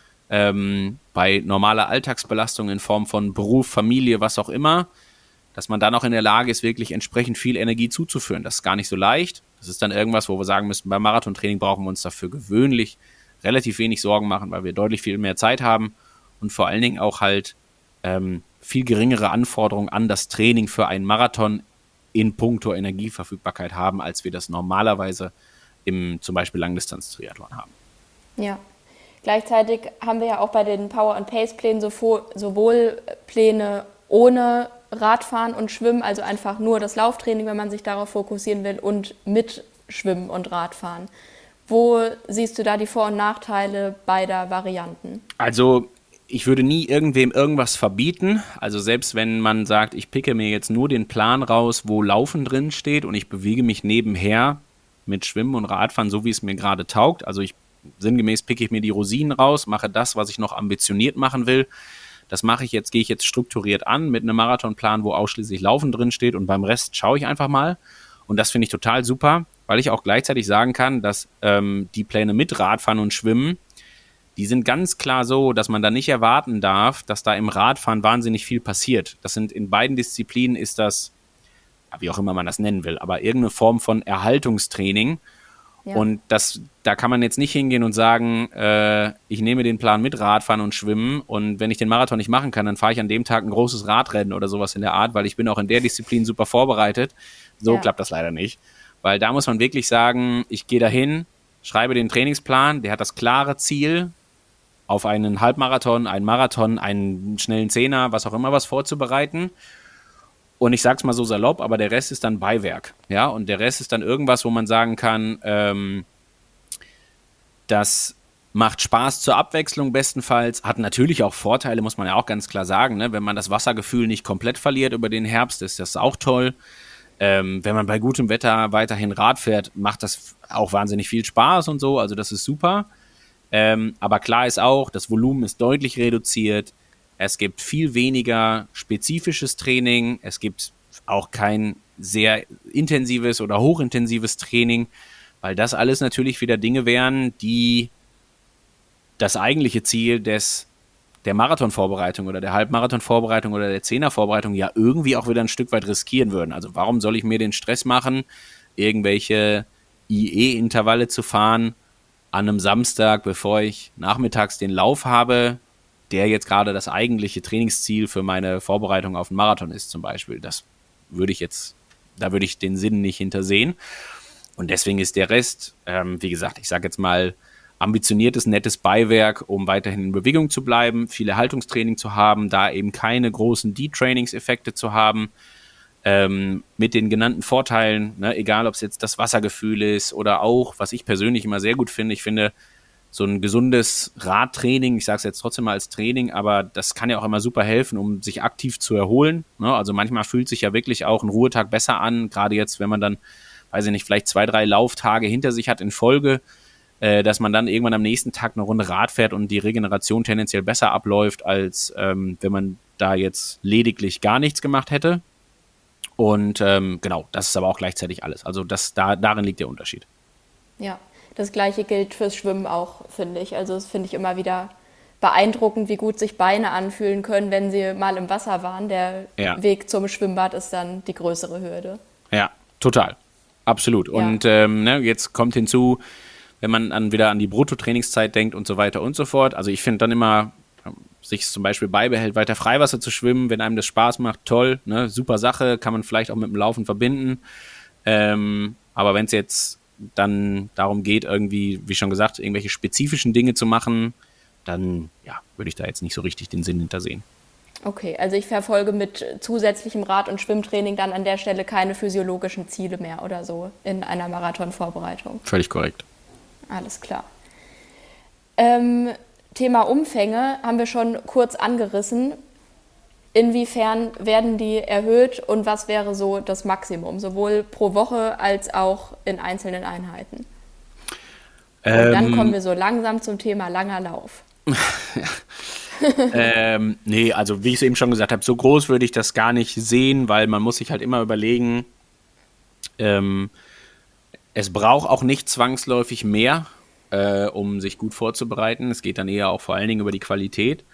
bei normaler Alltagsbelastung in Form von Beruf, Familie, was auch immer, dass man dann auch in der Lage ist, wirklich entsprechend viel Energie zuzuführen. Das ist gar nicht so leicht. Das ist dann irgendwas, wo wir sagen müssen, beim Marathontraining brauchen wir uns dafür gewöhnlich relativ wenig Sorgen machen, weil wir deutlich viel mehr Zeit haben und vor allen Dingen auch halt viel geringere Anforderungen an das Training für einen Marathon in puncto Energieverfügbarkeit haben, als wir das normalerweise im zum Beispiel Langdistanz-Triathlon haben. Ja, gleichzeitig haben wir ja auch bei den Power-and-Pace-Plänen sowohl Pläne ohne Radfahren und Schwimmen, also einfach nur das Lauftraining, wenn man sich darauf fokussieren will, und mit Schwimmen und Radfahren. Wo siehst du da die Vor- und Nachteile beider Varianten? Also ich würde nie irgendwem irgendwas verbieten. Also selbst wenn man sagt, ich picke mir jetzt nur den Plan raus, wo Laufen drin steht und ich bewege mich nebenher mit Schwimmen und Radfahren, so wie es mir gerade taugt. Also sinngemäß picke ich mir die Rosinen raus, mache das, was ich noch ambitioniert machen will. Das gehe ich jetzt strukturiert an mit einem Marathonplan, wo ausschließlich Laufen drin steht und beim Rest schaue ich einfach mal. Und das finde ich total super, weil ich auch gleichzeitig sagen kann, dass die Pläne mit Radfahren und Schwimmen, die sind ganz klar so, dass man da nicht erwarten darf, dass da im Radfahren wahnsinnig viel passiert. Das sind in beiden Disziplinen ist das, wie auch immer man das nennen will, aber irgendeine Form von Erhaltungstraining. Ja. Und da kann man jetzt nicht hingehen und sagen, ich nehme den Plan mit Radfahren und Schwimmen und wenn ich den Marathon nicht machen kann, dann fahre ich an dem Tag ein großes Radrennen oder sowas in der Art, weil ich bin auch in der Disziplin super vorbereitet. So klappt das leider nicht. Weil da muss man wirklich sagen, ich gehe dahin, schreibe den Trainingsplan, der hat das klare Ziel, auf einen Halbmarathon, einen Marathon, einen schnellen Zehner, was auch immer was vorzubereiten. Und ich sag's mal so salopp, aber der Rest ist dann Beiwerk. Ja, und der Rest ist dann irgendwas, wo man sagen kann, das macht Spaß zur Abwechslung bestenfalls, hat natürlich auch Vorteile, muss man ja auch ganz klar sagen. Ne? Wenn man das Wassergefühl nicht komplett verliert über den Herbst, ist das auch toll. Wenn man bei gutem Wetter weiterhin Rad fährt, macht das auch wahnsinnig viel Spaß und so, also das ist super. Aber klar ist auch, das Volumen ist deutlich reduziert. Es gibt viel weniger spezifisches Training. Es gibt auch kein sehr intensives oder hochintensives Training, weil das alles natürlich wieder Dinge wären, die das eigentliche Ziel der Marathonvorbereitung oder der Halbmarathonvorbereitung oder der Zehnervorbereitung ja irgendwie auch wieder ein Stück weit riskieren würden. Also warum soll ich mir den Stress machen, irgendwelche IE-Intervalle zu fahren an einem Samstag, bevor ich nachmittags den Lauf habe, der jetzt gerade das eigentliche Trainingsziel für meine Vorbereitung auf den Marathon ist zum Beispiel. Da würde ich den Sinn nicht hintersehen. Und deswegen ist der Rest, wie gesagt, ich sage jetzt mal, ambitioniertes, nettes Beiwerk, um weiterhin in Bewegung zu bleiben, viel Erhaltungstraining zu haben, da eben keine großen De-Trainingseffekte zu haben, mit den genannten Vorteilen, ne, egal ob es jetzt das Wassergefühl ist oder auch, was ich persönlich immer sehr gut finde, ich finde, so ein gesundes Radtraining, ich sage es jetzt trotzdem mal als Training, aber das kann ja auch immer super helfen, um sich aktiv zu erholen. Ne? Also manchmal fühlt sich ja wirklich auch ein Ruhetag besser an, gerade jetzt, wenn man dann, weiß ich nicht, vielleicht 2, 3 Lauftage hinter sich hat in Folge, dass man dann irgendwann am nächsten Tag eine Runde Rad fährt und die Regeneration tendenziell besser abläuft, als wenn man da jetzt lediglich gar nichts gemacht hätte. Und genau, das ist aber auch gleichzeitig alles. Also darin liegt der Unterschied. Ja. Das Gleiche gilt fürs Schwimmen auch, finde ich. Also das finde ich immer wieder beeindruckend, wie gut sich Beine anfühlen können, wenn sie mal im Wasser waren. Der Weg zum Schwimmbad ist dann die größere Hürde. Ja, total. Absolut. Ja. Und jetzt kommt hinzu, wenn man dann wieder an die Bruttotrainingszeit denkt und so weiter und so fort. Also ich finde dann immer, sich zum Beispiel beibehält, weiter Freiwasser zu schwimmen, wenn einem das Spaß macht, toll, ne? Super Sache, kann man vielleicht auch mit dem Laufen verbinden. Aber wenn es jetzt dann darum geht, irgendwie, wie schon gesagt, irgendwelche spezifischen Dinge zu machen, dann würde ich da jetzt nicht so richtig den Sinn hintersehen. Okay, also ich verfolge mit zusätzlichem Rad- und Schwimmtraining dann an der Stelle keine physiologischen Ziele mehr oder so in einer Marathonvorbereitung. Völlig korrekt. Alles klar. Thema Umfänge haben wir schon kurz angerissen. Inwiefern werden die erhöht und was wäre so das Maximum, sowohl pro Woche als auch in einzelnen Einheiten? Und dann kommen wir so langsam zum Thema langer Lauf. Nee, also wie ich es eben schon gesagt habe, so groß würde ich das gar nicht sehen, weil man muss sich halt immer überlegen, es braucht auch nicht zwangsläufig mehr, um sich gut vorzubereiten. Es geht dann eher auch vor allen Dingen über die Qualität.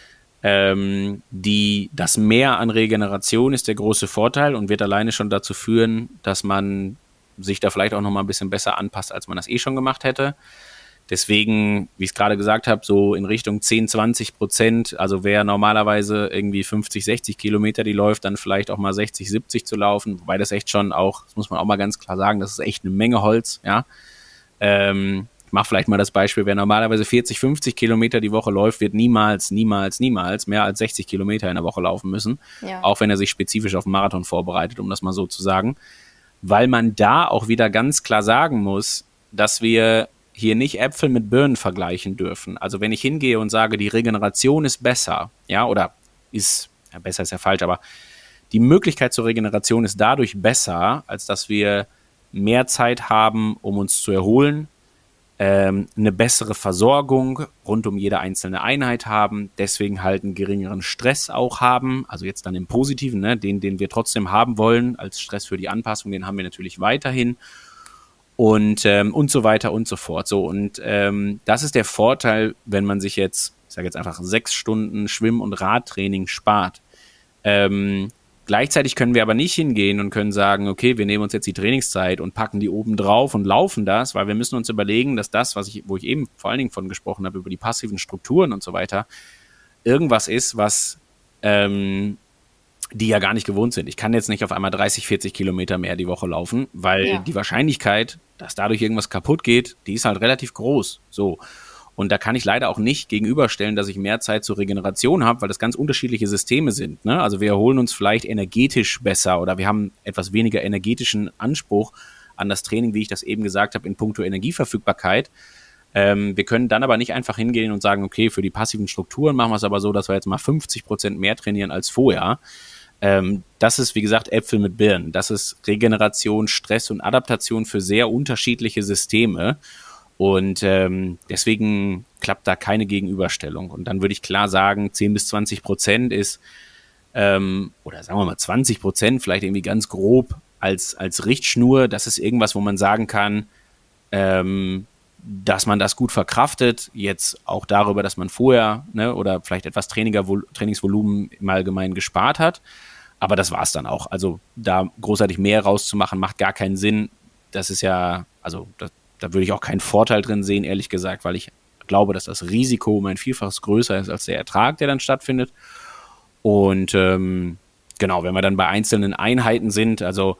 Das Mehr an Regeneration ist der große Vorteil und wird alleine schon dazu führen, dass man sich da vielleicht auch noch mal ein bisschen besser anpasst, als man das schon gemacht hätte. Deswegen, wie ich es gerade gesagt habe, so in Richtung 10-20%, also wer normalerweise irgendwie 50, 60 Kilometer die läuft, dann vielleicht auch mal 60, 70 zu laufen, wobei das echt schon auch, das muss man auch mal ganz klar sagen, das ist echt eine Menge Holz, ja. Ich mache vielleicht mal das Beispiel, wer normalerweise 40, 50 Kilometer die Woche läuft, wird niemals mehr als 60 Kilometer in der Woche laufen müssen, auch wenn er sich spezifisch auf den Marathon vorbereitet, um das mal so zu sagen, weil man da auch wieder ganz klar sagen muss, dass wir hier nicht Äpfel mit Birnen vergleichen dürfen. Also wenn ich hingehe und sage, die Regeneration ist besser, besser ist ja falsch, aber die Möglichkeit zur Regeneration ist dadurch besser, als dass wir mehr Zeit haben, um uns zu erholen, eine bessere Versorgung rund um jede einzelne Einheit haben, deswegen halt einen geringeren Stress auch haben, also jetzt dann im Positiven, ne, den wir trotzdem haben wollen, als Stress für die Anpassung, den haben wir natürlich weiterhin und so weiter und so fort. So, und das ist der Vorteil, wenn man sich jetzt, ich sage jetzt einfach 6 Stunden Schwimm- und Radtraining spart. Gleichzeitig können wir aber nicht hingehen und können sagen, okay, wir nehmen uns jetzt die Trainingszeit und packen die oben drauf und laufen das, weil wir müssen uns überlegen, dass das, wo ich eben vor allen Dingen von gesprochen habe, über die passiven Strukturen und so weiter, irgendwas ist, was die ja gar nicht gewohnt sind. Ich kann jetzt nicht auf einmal 30, 40 Kilometer mehr die Woche laufen, weil die Wahrscheinlichkeit, dass dadurch irgendwas kaputt geht, die ist halt relativ groß. So. Und da kann ich leider auch nicht gegenüberstellen, dass ich mehr Zeit zur Regeneration habe, weil das ganz unterschiedliche Systeme sind. Ne? Also wir erholen uns vielleicht energetisch besser oder wir haben etwas weniger energetischen Anspruch an das Training, wie ich das eben gesagt habe, in puncto Energieverfügbarkeit. Wir können dann aber nicht einfach hingehen und sagen, okay, für die passiven Strukturen machen wir es aber so, dass wir jetzt mal 50% mehr trainieren als vorher. Das ist, wie gesagt, Äpfel mit Birnen. Das ist Regeneration, Stress und Adaptation für sehr unterschiedliche Systeme. Und deswegen klappt da keine Gegenüberstellung. Und dann würde ich klar sagen, 10-20% ist, oder sagen wir mal 20%, vielleicht irgendwie ganz grob als Richtschnur. Das ist irgendwas, wo man sagen kann, dass man das gut verkraftet, jetzt auch darüber, dass man vorher oder vielleicht etwas Trainingsvolumen im Allgemeinen gespart hat. Aber das war es dann auch. Also da großartig mehr rauszumachen, macht gar keinen Sinn. Das ist ja, also da würde ich auch keinen Vorteil drin sehen, ehrlich gesagt, weil ich glaube, dass das Risiko um ein Vielfaches größer ist als der Ertrag, der dann stattfindet. Und genau, wenn wir dann bei einzelnen Einheiten sind, also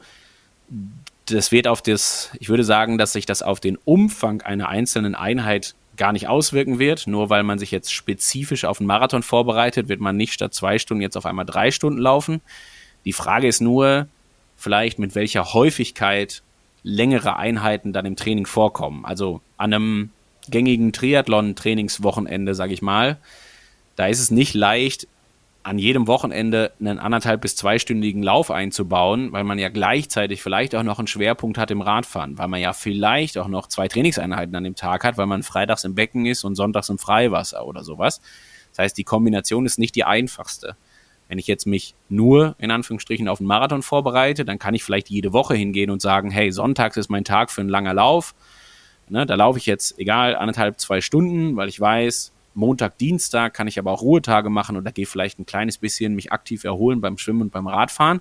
das wird ich würde sagen, dass sich das auf den Umfang einer einzelnen Einheit gar nicht auswirken wird. Nur weil man sich jetzt spezifisch auf einen Marathon vorbereitet, wird man nicht statt 2 Stunden jetzt auf einmal 3 Stunden laufen. Die Frage ist nur, vielleicht mit welcher Häufigkeit längere Einheiten dann im Training vorkommen. Also an einem gängigen Triathlon-Trainingswochenende, sage ich mal, da ist es nicht leicht, an jedem Wochenende einen 1,5- bis 2-stündigen Lauf einzubauen, weil man ja gleichzeitig vielleicht auch noch einen Schwerpunkt hat im Radfahren, weil man ja vielleicht auch noch 2 Trainingseinheiten an dem Tag hat, weil man freitags im Becken ist und sonntags im Freiwasser oder sowas. Das heißt, die Kombination ist nicht die einfachste. Wenn ich jetzt mich nur, in Anführungsstrichen, auf einen Marathon vorbereite, dann kann ich vielleicht jede Woche hingehen und sagen, hey, sonntags ist mein Tag für einen langen Lauf. Ne, da laufe ich jetzt, egal, 1,5, 2 Stunden, weil ich weiß, Montag, Dienstag kann ich aber auch Ruhetage machen und da gehe ich vielleicht ein kleines bisschen mich aktiv erholen beim Schwimmen und beim Radfahren.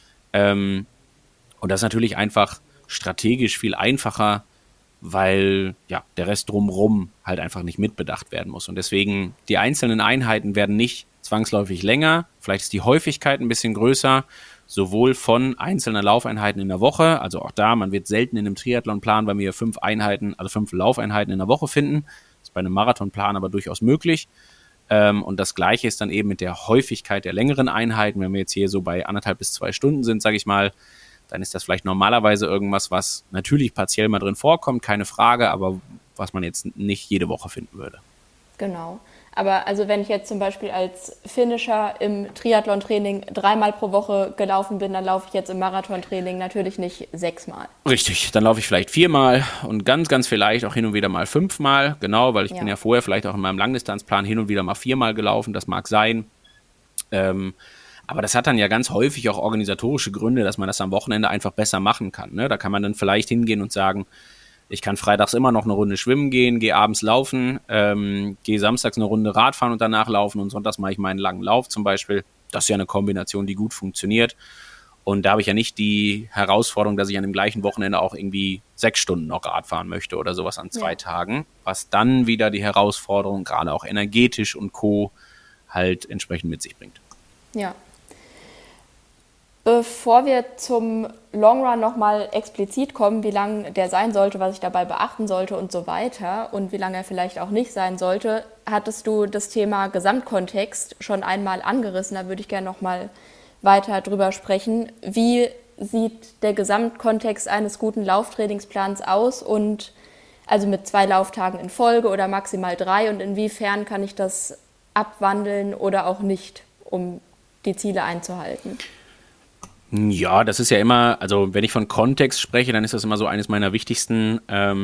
Und das ist natürlich einfach strategisch viel einfacher, weil ja der Rest drumherum halt einfach nicht mitbedacht werden muss. Und deswegen, die einzelnen Einheiten werden nicht zwangsläufig länger, vielleicht ist die Häufigkeit ein bisschen größer, sowohl von einzelnen Laufeinheiten in der Woche, also auch da, man wird selten in einem Triathlonplan bei mir 5 Laufeinheiten in der Woche finden. Das ist bei einem Marathonplan aber durchaus möglich. Und das Gleiche ist dann eben mit der Häufigkeit der längeren Einheiten. Wenn wir jetzt hier so bei 1,5 bis 2 Stunden sind, sage ich mal, dann ist das vielleicht normalerweise irgendwas, was natürlich partiell mal drin vorkommt, keine Frage, aber was man jetzt nicht jede Woche finden würde. Genau. Aber also wenn ich jetzt zum Beispiel als Finisher im Triathlon-Training 3-mal pro Woche gelaufen bin, dann laufe ich jetzt im Marathon-Training natürlich nicht 6-mal. Richtig, dann laufe ich vielleicht 4-mal und ganz, ganz vielleicht auch hin und wieder mal 5-mal, genau, weil ich bin ja vorher vielleicht auch in meinem Langdistanzplan hin und wieder mal 4-mal gelaufen, das mag sein. Aber das hat dann ja ganz häufig auch organisatorische Gründe, dass man das am Wochenende einfach besser machen kann. Ne? Da kann man dann vielleicht hingehen und sagen, ich kann freitags immer noch eine Runde schwimmen gehen, gehe abends laufen, gehe samstags eine Runde Radfahren und danach laufen und sonntags mache ich meinen langen Lauf zum Beispiel. Das ist ja eine Kombination, die gut funktioniert. Und da habe ich ja nicht die Herausforderung, dass ich an dem gleichen Wochenende auch irgendwie 6 Stunden noch Radfahren möchte oder sowas an 2 Tagen, was dann wieder die Herausforderung, gerade auch energetisch und Co., halt entsprechend mit sich bringt. Ja. Bevor wir zum Long Run nochmal explizit kommen, wie lang der sein sollte, was ich dabei beachten sollte und so weiter und wie lange er vielleicht auch nicht sein sollte, hattest du das Thema Gesamtkontext schon einmal angerissen. Da würde ich gerne nochmal weiter drüber sprechen. Wie sieht der Gesamtkontext eines guten Lauftrainingsplans aus und also mit 2 Lauftagen in Folge oder maximal 3 und inwiefern kann ich das abwandeln oder auch nicht, um die Ziele einzuhalten? Ja, das ist ja immer, also wenn ich von Kontext spreche, dann ist das immer so eines meiner wichtigsten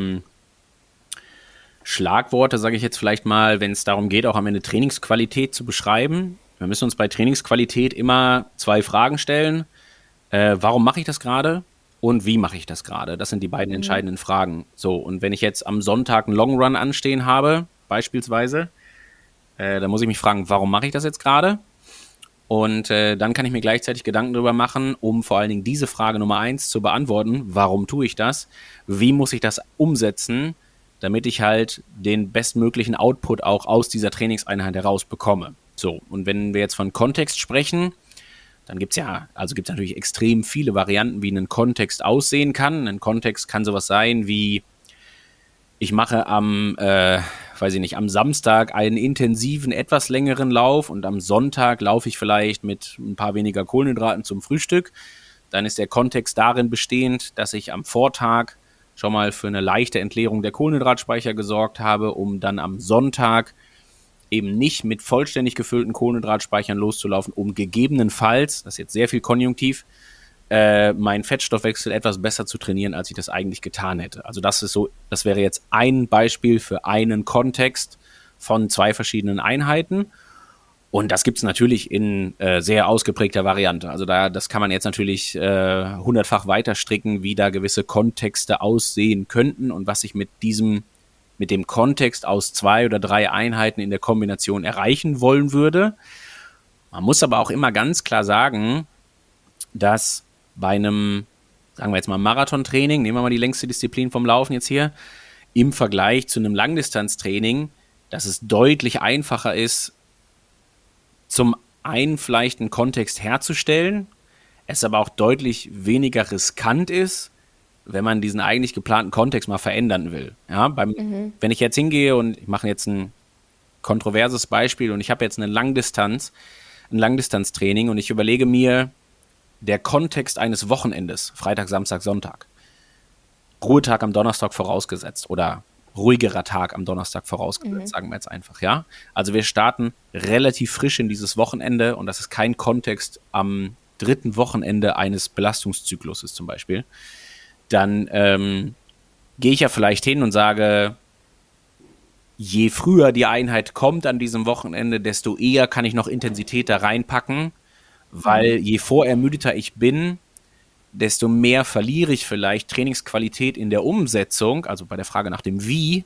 Schlagworte, sage ich jetzt vielleicht mal, wenn es darum geht, auch am Ende Trainingsqualität zu beschreiben. Wir müssen uns bei Trainingsqualität immer 2 Fragen stellen. Warum mache ich das gerade und wie mache ich das gerade? Das sind die beiden entscheidenden Fragen. So, und wenn ich jetzt am Sonntag einen Long Run anstehen habe, beispielsweise, dann muss ich mich fragen, warum mache ich das jetzt gerade? Und dann kann ich mir gleichzeitig Gedanken darüber machen, um vor allen Dingen diese Frage Nummer 1 zu beantworten. Warum tue ich das? Wie muss ich das umsetzen, damit ich halt den bestmöglichen Output auch aus dieser Trainingseinheit heraus bekomme? So, und wenn wir jetzt von Kontext sprechen, dann gibt's natürlich extrem viele Varianten, wie ein Kontext aussehen kann. Ein Kontext kann sowas sein wie, ich mache am weiß ich nicht, am Samstag einen intensiven, etwas längeren Lauf und am Sonntag laufe ich vielleicht mit ein paar weniger Kohlenhydraten zum Frühstück. Dann ist der Kontext darin bestehend, dass ich am Vortag schon mal für eine leichte Entleerung der Kohlenhydratspeicher gesorgt habe, um dann am Sonntag eben nicht mit vollständig gefüllten Kohlenhydratspeichern loszulaufen, um gegebenenfalls, das ist jetzt sehr viel Konjunktiv, meinen Fettstoffwechsel etwas besser zu trainieren, als ich das eigentlich getan hätte. Also das wäre jetzt ein Beispiel für einen Kontext von 2 verschiedenen Einheiten. Und das gibt es natürlich in sehr ausgeprägter Variante. Also das kann man jetzt natürlich 100-fach weiter stricken, wie da gewisse Kontexte aussehen könnten und was ich mit dem Kontext aus 2 oder 3 Einheiten in der Kombination erreichen wollen würde. Man muss aber auch immer ganz klar sagen, dass bei einem, sagen wir jetzt mal Marathontraining, nehmen wir mal die längste Disziplin vom Laufen jetzt hier, im Vergleich zu einem Langdistanztraining, dass es deutlich einfacher ist, zum einen vielleicht einen Kontext herzustellen, es aber auch deutlich weniger riskant ist, wenn man diesen eigentlich geplanten Kontext mal verändern will. Ja, wenn ich jetzt hingehe und ich mache jetzt ein kontroverses Beispiel und ich habe jetzt ein Langdistanztraining und ich überlege mir, der Kontext eines Wochenendes, Freitag, Samstag, Sonntag, Ruhetag am Donnerstag vorausgesetzt oder ruhigerer Tag am Donnerstag vorausgesetzt, sagen wir jetzt einfach, ja. Also wir starten relativ frisch in dieses Wochenende und das ist kein Kontext am 3. Wochenende eines Belastungszykluses zum Beispiel. Dann gehe ich ja vielleicht hin und sage, je früher die Einheit kommt an diesem Wochenende, desto eher kann ich noch Intensität da reinpacken, weil je vorermüdeter ich bin, desto mehr verliere ich vielleicht Trainingsqualität in der Umsetzung, also bei der Frage nach dem Wie,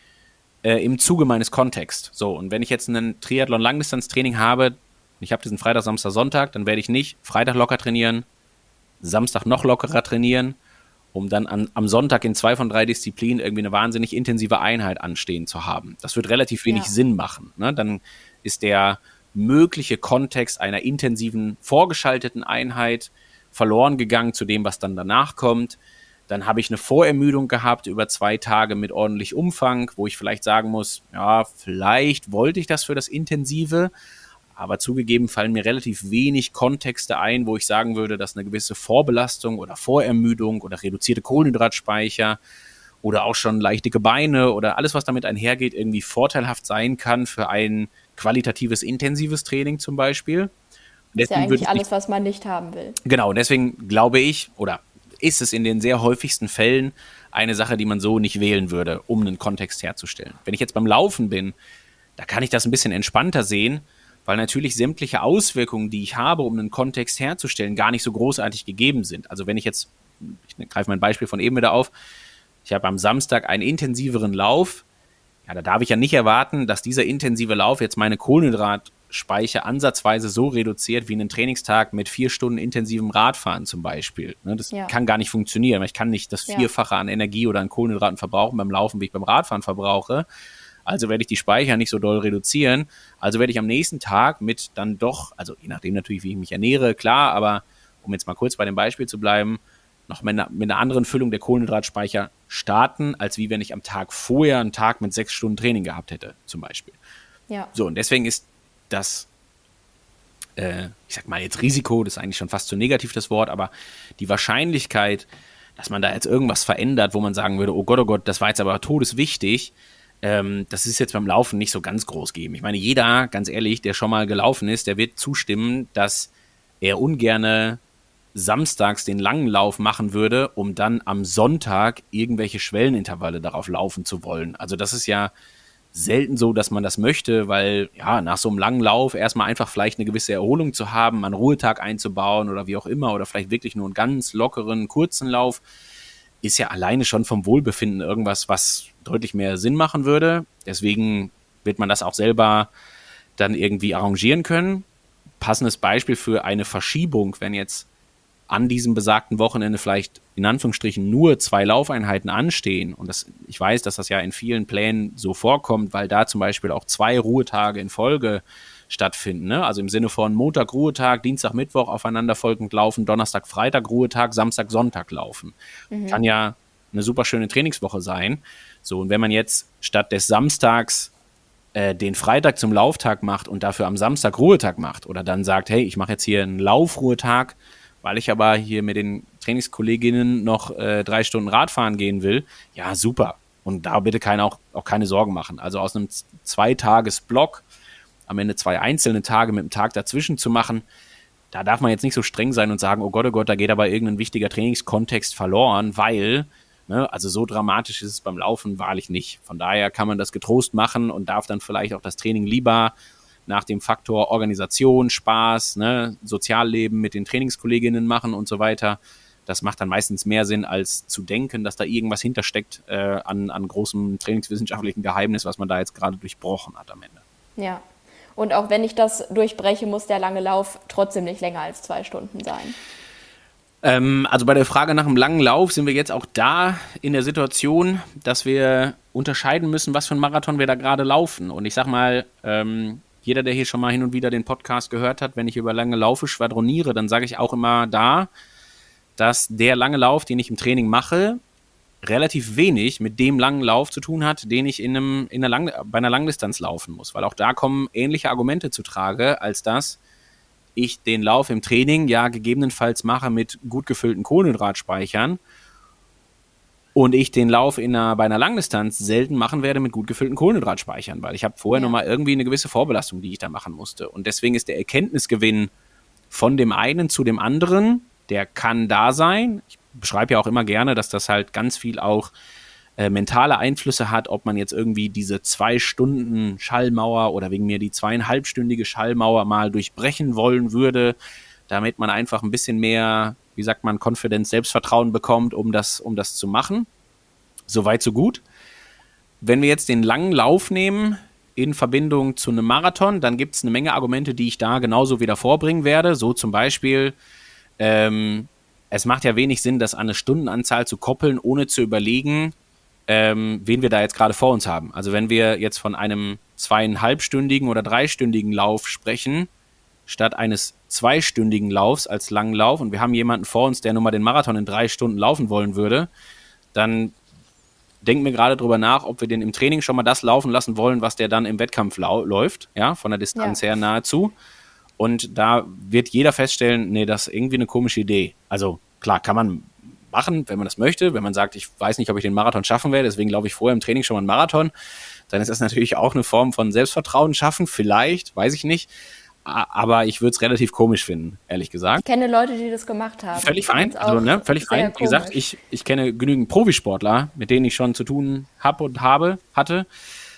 im Zuge meines Kontexts. So, und wenn ich jetzt einen Triathlon-Langdistanztraining habe, ich habe diesen Freitag, Samstag, Sonntag, dann werde ich nicht Freitag locker trainieren, Samstag noch lockerer trainieren, um dann am Sonntag in 2 von 3 Disziplinen irgendwie eine wahnsinnig intensive Einheit anstehen zu haben. Das wird relativ wenig Sinn machen. Ne? Dann ist der mögliche Kontext einer intensiven, vorgeschalteten Einheit verloren gegangen zu dem, was dann danach kommt. Dann habe ich eine Vorermüdung gehabt über 2 Tage mit ordentlich Umfang, wo ich vielleicht sagen muss, ja, vielleicht wollte ich das für das Intensive, aber zugegeben fallen mir relativ wenig Kontexte ein, wo ich sagen würde, dass eine gewisse Vorbelastung oder Vorermüdung oder reduzierte Kohlenhydratspeicher oder auch schon leicht dicke Beine oder alles, was damit einhergeht, irgendwie vorteilhaft sein kann für ein qualitatives, intensives Training zum Beispiel. Das ist ja eigentlich alles, was man nicht haben will. Genau, und deswegen glaube ich, oder ist es in den sehr häufigsten Fällen eine Sache, die man so nicht wählen würde, um einen Kontext herzustellen. Wenn ich jetzt beim Laufen bin, da kann ich das ein bisschen entspannter sehen, weil natürlich sämtliche Auswirkungen, die ich habe, um einen Kontext herzustellen, gar nicht so großartig gegeben sind. Also wenn ich greife mein Beispiel von eben wieder auf, ich habe am Samstag einen intensiveren Lauf, ja, da darf ich ja nicht erwarten, dass dieser intensive Lauf jetzt meine Kohlenhydratspeicher ansatzweise so reduziert wie einen Trainingstag mit 4 Stunden intensivem Radfahren zum Beispiel. Das kann gar nicht funktionieren, weil ich kann nicht das Vierfache an Energie oder an Kohlenhydraten verbrauchen beim Laufen, wie ich beim Radfahren verbrauche. Also werde ich die Speicher nicht so doll reduzieren. Also werde ich am nächsten Tag mit dann doch, also je nachdem natürlich, wie ich mich ernähre, klar, aber um jetzt mal kurz bei dem Beispiel zu bleiben, noch mit einer anderen Füllung der Kohlenhydratspeicher starten, als wie wenn ich am Tag vorher einen Tag mit 6 Stunden Training gehabt hätte, zum Beispiel. Ja. So, und deswegen ist das, ich sag mal jetzt Risiko, das ist eigentlich schon fast zu negativ das Wort, aber die Wahrscheinlichkeit, dass man da jetzt irgendwas verändert, wo man sagen würde, oh Gott, das war jetzt aber todeswichtig, das ist jetzt beim Laufen nicht so ganz groß geben. Ich meine, jeder, ganz ehrlich, der schon mal gelaufen ist, der wird zustimmen, dass er ungerne samstags den langen Lauf machen würde, um dann am Sonntag irgendwelche Schwellenintervalle darauf laufen zu wollen. Also das ist ja selten so, dass man das möchte, weil ja nach so einem langen Lauf erstmal einfach vielleicht eine gewisse Erholung zu haben, einen Ruhetag einzubauen oder wie auch immer oder vielleicht wirklich nur einen ganz lockeren, kurzen Lauf, ist ja alleine schon vom Wohlbefinden irgendwas, was deutlich mehr Sinn machen würde. Deswegen wird man das auch selber dann irgendwie arrangieren können. Passendes Beispiel für eine Verschiebung, wenn jetzt an diesem besagten Wochenende vielleicht in Anführungsstrichen nur 2 Laufeinheiten anstehen. Und ich weiß, dass das ja in vielen Plänen so vorkommt, weil da zum Beispiel auch 2 Ruhetage in Folge stattfinden. Ne? Also im Sinne von Montag Ruhetag, Dienstag, Mittwoch aufeinanderfolgend laufen, Donnerstag, Freitag Ruhetag, Samstag, Sonntag laufen. Kann ja eine super schöne Trainingswoche sein. So, und wenn man jetzt statt des Samstags den Freitag zum Lauftag macht und dafür am Samstag Ruhetag macht oder dann sagt, hey, ich mache jetzt hier einen Laufruhetag, weil ich aber hier mit den Trainingskolleginnen noch 3 Stunden Radfahren gehen will, ja, super. Und da bitte auch keine Sorgen machen. Also aus einem 2-Tages-Block am Ende 2 einzelne Tage mit einem Tag dazwischen zu machen, da darf man jetzt nicht so streng sein und sagen, oh Gott, da geht aber irgendein wichtiger Trainingskontext verloren, weil, ne, also so dramatisch ist es beim Laufen wahrlich nicht. Von daher kann man das getrost machen und darf dann vielleicht auch das Training lieber nach dem Faktor Organisation, Spaß, ne, Sozialleben mit den Trainingskolleginnen machen und so weiter. Das macht dann meistens mehr Sinn, als zu denken, dass da irgendwas hintersteckt an großem trainingswissenschaftlichen Geheimnis, was man da jetzt gerade durchbrochen hat am Ende. Ja, und auch wenn ich das durchbreche, muss der lange Lauf trotzdem nicht länger als 2 Stunden sein. Also bei der Frage nach einem langen Lauf sind wir jetzt auch da in der Situation, dass wir unterscheiden müssen, was für ein Marathon wir da gerade laufen. Und ich sag mal, jeder, der hier schon mal hin und wieder den Podcast gehört hat, wenn ich über lange Laufe schwadroniere, dann sage ich auch immer da, dass der lange Lauf, den ich im Training mache, relativ wenig mit dem langen Lauf zu tun hat, den ich bei einer Langdistanz laufen muss. Weil auch da kommen ähnliche Argumente zu Trage, als dass ich den Lauf im Training ja gegebenenfalls mache mit gut gefüllten Kohlenhydratspeichern und ich den Lauf bei einer Langdistanz selten machen werde mit gut gefüllten Kohlenhydratspeichern, weil ich habe vorher nochmal irgendwie eine gewisse Vorbelastung, die ich da machen musste. Und deswegen ist der Erkenntnisgewinn von dem einen zu dem anderen, der kann da sein. Ich beschreibe ja auch immer gerne, dass das halt ganz viel auch mentale Einflüsse hat, ob man jetzt irgendwie diese 2 Stunden Schallmauer oder wegen mir die 2,5-stündige Schallmauer mal durchbrechen wollen würde, damit man einfach ein bisschen mehr, wie sagt man, Konfidenz, Selbstvertrauen bekommt, um das zu machen. Soweit, so gut. Wenn wir jetzt den langen Lauf nehmen in Verbindung zu einem Marathon, dann gibt es eine Menge Argumente, die ich da genauso wieder vorbringen werde. So zum Beispiel, es macht ja wenig Sinn, das an eine Stundenanzahl zu koppeln, ohne zu überlegen, wen wir da jetzt gerade vor uns haben. Also wenn wir jetzt von einem 2,5-stündigen oder 3-stündigen Lauf sprechen, statt eines 2-stündigen Laufs als langen Lauf und wir haben jemanden vor uns, der nun mal den Marathon in 3 Stunden laufen wollen würde, dann denken wir gerade drüber nach, ob wir den im Training schon mal das laufen lassen wollen, was der dann im Wettkampf läuft, ja, von der Distanz her nahezu. Und da wird jeder feststellen, nee, das ist irgendwie eine komische Idee. Also klar, kann man machen, wenn man das möchte. Wenn man sagt, ich weiß nicht, ob ich den Marathon schaffen werde, deswegen laufe ich vorher im Training schon mal einen Marathon, dann ist das natürlich auch eine Form von Selbstvertrauen schaffen, vielleicht, weiß ich nicht. Aber ich würde es relativ komisch finden, ehrlich gesagt. Ich kenne Leute, die das gemacht haben. Völlig fein, also ne, völlig fein. Wie gesagt, ich kenne genügend Profisportler, mit denen ich schon zu tun hatte,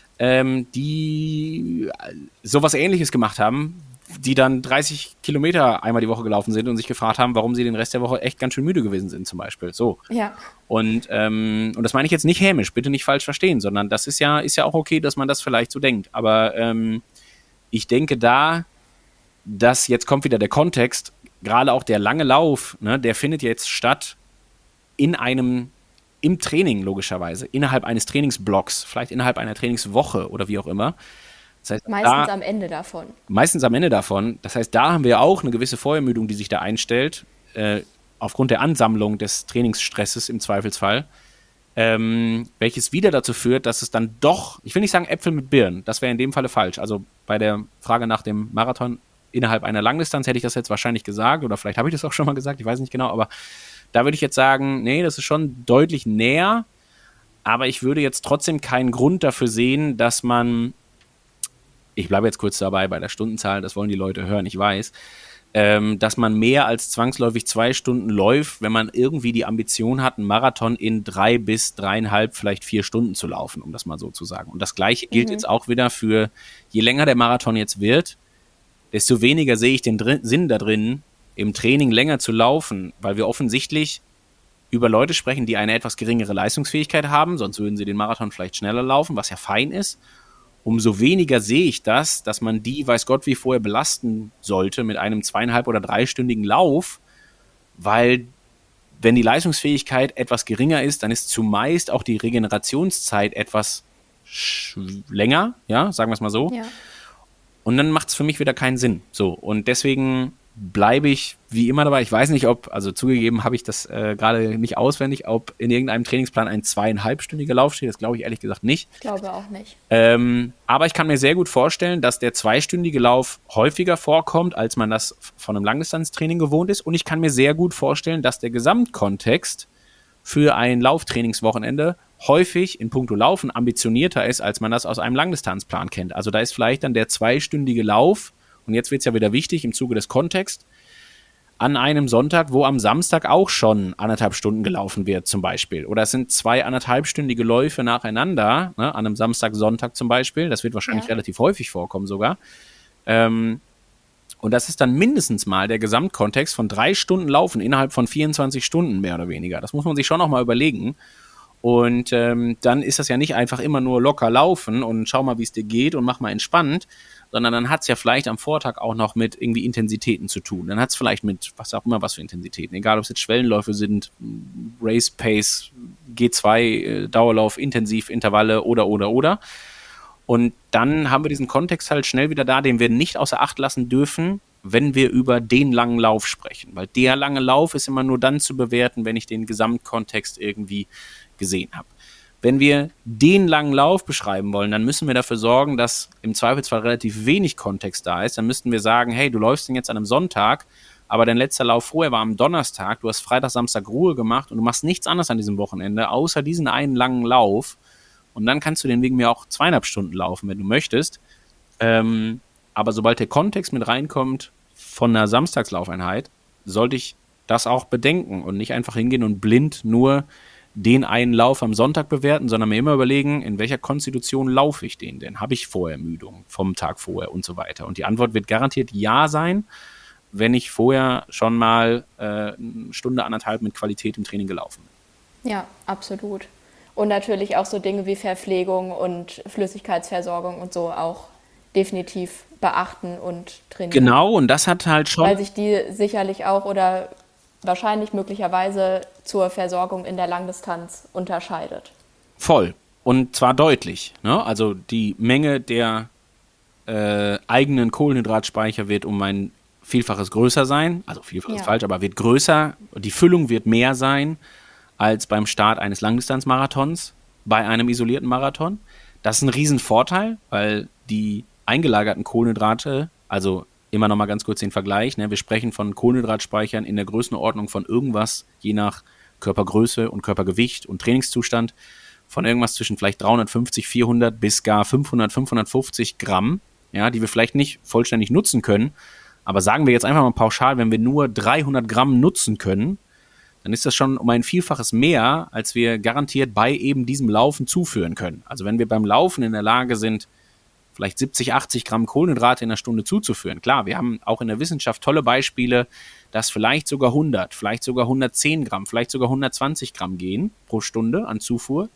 die sowas Ähnliches gemacht haben, die dann 30 Kilometer einmal die Woche gelaufen sind und sich gefragt haben, warum sie den Rest der Woche echt ganz schön müde gewesen sind, zum Beispiel. So. Ja. Und das meine ich jetzt nicht hämisch, bitte nicht falsch verstehen, sondern das ist ja auch okay, dass man das vielleicht so denkt. Aber ich denke dass jetzt kommt wieder der Kontext, gerade auch der lange Lauf, ne, der findet jetzt statt im Training logischerweise, innerhalb eines Trainingsblocks, vielleicht innerhalb einer Trainingswoche oder wie auch immer. Das heißt, meistens am Ende davon. Meistens am Ende davon. Das heißt, da haben wir auch eine gewisse Vorermüdung, die sich da einstellt, aufgrund der Ansammlung des Trainingsstresses im Zweifelsfall, welches wieder dazu führt, dass es dann doch, ich will nicht sagen Äpfel mit Birnen, das wäre in dem Falle falsch. Also bei der Frage nach dem Marathon innerhalb einer Langdistanz hätte ich das jetzt wahrscheinlich gesagt oder vielleicht habe ich das auch schon mal gesagt, ich weiß nicht genau, aber da würde ich jetzt sagen, nee, das ist schon deutlich näher, aber ich würde jetzt trotzdem keinen Grund dafür sehen, dass man, ich bleibe jetzt kurz dabei bei der Stundenzahl, das wollen die Leute hören, ich weiß, dass man mehr als zwangsläufig 2 Stunden läuft, wenn man irgendwie die Ambition hat, einen Marathon in 3 bis 3,5, vielleicht 4 Stunden zu laufen, um das mal so zu sagen. Und das Gleiche gilt jetzt auch wieder für, je länger der Marathon jetzt wird, desto weniger sehe ich den Sinn da drin, im Training länger zu laufen, weil wir offensichtlich über Leute sprechen, die eine etwas geringere Leistungsfähigkeit haben, sonst würden sie den Marathon vielleicht schneller laufen, was ja fein ist. Umso weniger sehe ich das, dass man die, weiß Gott, wie vorher belasten sollte mit einem 2,5- oder 3-stündigen Lauf, weil wenn die Leistungsfähigkeit etwas geringer ist, dann ist zumeist auch die Regenerationszeit etwas länger, ja, sagen wir es mal so. Ja. Und dann macht es für mich wieder keinen Sinn. So, und deswegen bleibe ich wie immer dabei. Ich weiß nicht, also zugegeben habe ich das gerade nicht auswendig, ob in irgendeinem Trainingsplan ein 2,5-stündiger Lauf steht. Das glaube ich ehrlich gesagt nicht. Ich glaube auch nicht. Aber ich kann mir sehr gut vorstellen, dass der 2-stündige Lauf häufiger vorkommt, als man das von einem Langdistanztraining gewohnt ist. Und ich kann mir sehr gut vorstellen, dass der Gesamtkontext für ein Lauftrainingswochenende häufig in puncto Laufen ambitionierter ist, als man das aus einem Langdistanzplan kennt. Also da ist vielleicht dann der 2-stündige Lauf, und jetzt wird es ja wieder wichtig im Zuge des Kontexts, an einem Sonntag, wo am Samstag auch schon 1,5 Stunden gelaufen wird zum Beispiel. Oder es sind 2 1,5-stündige Läufe nacheinander, ne, an einem Samstag, Sonntag zum Beispiel. Das wird wahrscheinlich relativ häufig vorkommen sogar. Und das ist dann mindestens mal der Gesamtkontext von 3 Stunden Laufen innerhalb von 24 Stunden mehr oder weniger. Das muss man sich schon nochmal überlegen. Und dann ist das ja nicht einfach immer nur locker laufen und schau mal, wie es dir geht und mach mal entspannt, sondern dann hat es ja vielleicht am Vortag auch noch mit irgendwie Intensitäten zu tun. Dann hat es vielleicht mit was auch immer was für Intensitäten, egal ob es jetzt Schwellenläufe sind, Race Pace, G2, Dauerlauf, Intensiv, Intervalle oder. Und dann haben wir diesen Kontext halt schnell wieder da, den wir nicht außer Acht lassen dürfen, wenn wir über den langen Lauf sprechen. Weil der lange Lauf ist immer nur dann zu bewerten, wenn ich den Gesamtkontext irgendwie gesehen habe. Wenn wir den langen Lauf beschreiben wollen, dann müssen wir dafür sorgen, dass im Zweifelsfall relativ wenig Kontext da ist. Dann müssten wir sagen, hey, du läufst denn jetzt an einem Sonntag, aber dein letzter Lauf vorher war am Donnerstag, du hast Freitag, Samstag Ruhe gemacht und du machst nichts anderes an diesem Wochenende, außer diesen einen langen Lauf. Und dann kannst du den wegen mir auch 2,5 Stunden laufen, wenn du möchtest. Aber sobald der Kontext mit reinkommt von einer Samstagslaufeinheit, sollte ich das auch bedenken und nicht einfach hingehen und blind nur den einen Lauf am Sonntag bewerten, sondern mir immer überlegen, in welcher Konstitution laufe ich den denn? Habe ich Vorermüdung vom Tag vorher und so weiter? Und die Antwort wird garantiert ja sein, wenn ich vorher schon mal 1 Stunde, 1,5 mit Qualität im Training gelaufen bin. Ja, absolut. Und natürlich auch so Dinge wie Verpflegung und Flüssigkeitsversorgung und so auch definitiv beachten und trainieren. Genau, und das hat halt schon... Weil sich die sicherlich auch oder wahrscheinlich möglicherweise zur Versorgung in der Langdistanz unterscheidet. Voll. Und zwar deutlich. Ne? Also die Menge der eigenen Kohlenhydratspeicher wird um ein Vielfaches größer sein. Also Vielfaches ist falsch, aber wird größer. Die Füllung wird mehr sein als beim Start eines Langdistanzmarathons bei einem isolierten Marathon. Das ist ein Riesenvorteil, weil die eingelagerten Kohlenhydrate, also immer noch mal ganz kurz den Vergleich, ne? Wir sprechen von Kohlenhydratspeichern in der Größenordnung von irgendwas, je nach Körpergröße und Körpergewicht und Trainingszustand, von irgendwas zwischen vielleicht 350, 400 bis gar 500, 550 Gramm, ja, die wir vielleicht nicht vollständig nutzen können. Aber sagen wir jetzt einfach mal pauschal, wenn wir nur 300 Gramm nutzen können, dann ist das schon um ein Vielfaches mehr, als wir garantiert bei eben diesem Laufen zuführen können. Also wenn wir beim Laufen in der Lage sind, vielleicht 70, 80 Gramm Kohlenhydrate in einer Stunde zuzuführen. Klar, wir haben auch in der Wissenschaft tolle Beispiele, dass vielleicht sogar 100, vielleicht sogar 110 Gramm, vielleicht sogar 120 Gramm gehen pro Stunde an Zufuhr.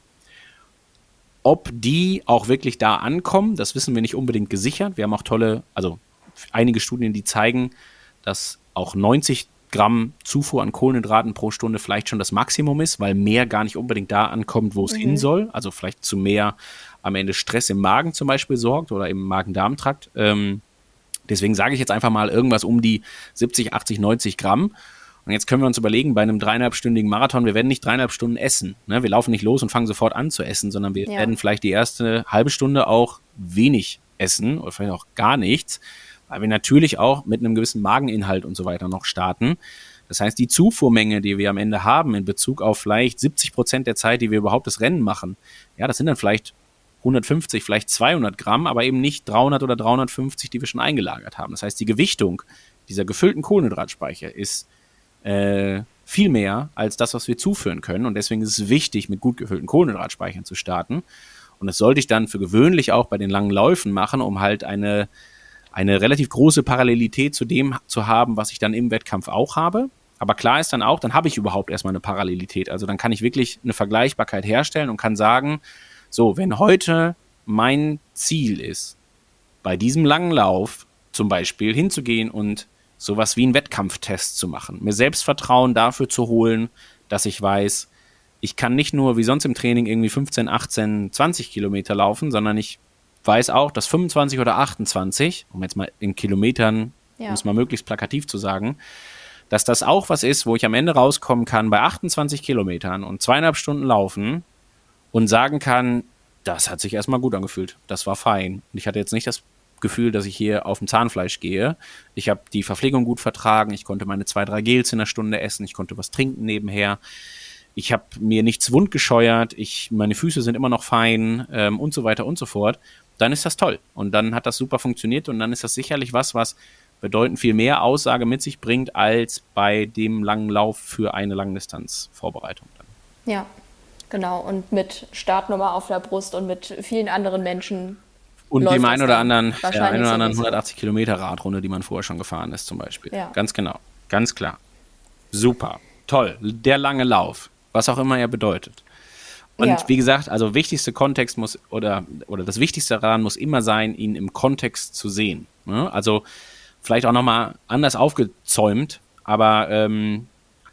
Ob die auch wirklich da ankommen, das wissen wir nicht unbedingt gesichert. Wir haben auch einige Studien, die zeigen, dass auch 90 Gramm Zufuhr an Kohlenhydraten pro Stunde vielleicht schon das Maximum ist, weil mehr gar nicht unbedingt da ankommt, wo es hin soll. Also vielleicht zu mehr am Ende Stress im Magen zum Beispiel sorgt oder im Magen-Darm-Trakt. Deswegen sage ich jetzt einfach mal irgendwas um die 70, 80, 90 Gramm. Und jetzt können wir uns überlegen, bei einem 3,5-stündigen Marathon, wir werden nicht 3,5 Stunden essen. Ne? Wir laufen nicht los und fangen sofort an zu essen, sondern wir werden vielleicht die erste halbe Stunde auch wenig essen oder vielleicht auch gar nichts, weil wir natürlich auch mit einem gewissen Mageninhalt und so weiter noch starten. Das heißt, die Zufuhrmenge, die wir am Ende haben in Bezug auf vielleicht 70% der Zeit, die wir überhaupt das Rennen machen, ja, das sind dann vielleicht 150, vielleicht 200 Gramm, aber eben nicht 300 oder 350, die wir schon eingelagert haben. Das heißt, die Gewichtung dieser gefüllten Kohlenhydratspeicher ist viel mehr als das, was wir zuführen können. Und deswegen ist es wichtig, mit gut gefüllten Kohlenhydratspeichern zu starten. Und das sollte ich dann für gewöhnlich auch bei den langen Läufen machen, um halt eine relativ große Parallelität zu dem zu haben, was ich dann im Wettkampf auch habe. Aber klar ist dann auch, dann habe ich überhaupt erstmal eine Parallelität. Also dann kann ich wirklich eine Vergleichbarkeit herstellen und kann sagen, so, wenn heute mein Ziel ist, bei diesem langen Lauf zum Beispiel hinzugehen und sowas wie einen Wettkampftest zu machen, mir Selbstvertrauen dafür zu holen, dass ich weiß, ich kann nicht nur wie sonst im Training irgendwie 15, 18, 20 Kilometer laufen, sondern ich weiß auch, dass 25 oder 28, um jetzt mal in Kilometern um es mal möglichst plakativ zu sagen, dass das auch was ist, wo ich am Ende rauskommen kann bei 28 Kilometern und 2,5 Stunden laufen und sagen kann, das hat sich erstmal gut angefühlt, das war fein. Und ich hatte jetzt nicht das Gefühl, dass ich hier auf dem Zahnfleisch gehe. Ich habe die Verpflegung gut vertragen, ich konnte meine 2-3 Gels in der Stunde essen, ich konnte was trinken nebenher. Ich habe mir nichts wundgescheuert, meine Füße sind immer noch fein und so weiter und so fort. Dann ist das toll. Und dann hat das super funktioniert und dann ist das sicherlich was bedeutend viel mehr Aussage mit sich bringt, als bei dem langen Lauf für eine Langdistanzvorbereitung. Ja, genau. Und mit Startnummer auf der Brust und mit vielen anderen Menschen. Und dem ein oder anderen 180 Kilometer Radrunde, die man vorher schon gefahren ist zum Beispiel. Ja. Ganz genau, ganz klar. Super, toll. Der lange Lauf, was auch immer er bedeutet. Und wie gesagt, also wichtigste Kontext muss oder das Wichtigste daran muss immer sein, ihn im Kontext zu sehen. Ne? Also vielleicht auch nochmal anders aufgezäumt, aber nehmen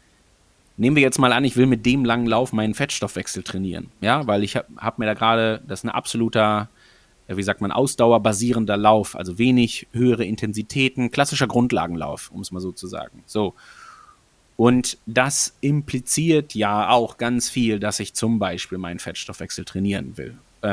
wir jetzt mal an, ich will mit dem langen Lauf meinen Fettstoffwechsel trainieren. Ja, weil ich hab mir da gerade, das ist ein absoluter, wie sagt man, ausdauerbasierender Lauf, also wenig höhere Intensitäten, klassischer Grundlagenlauf, um es mal so zu sagen. So. Und das impliziert ja auch ganz viel, dass ich zum Beispiel meinen Fettstoffwechsel trainieren will.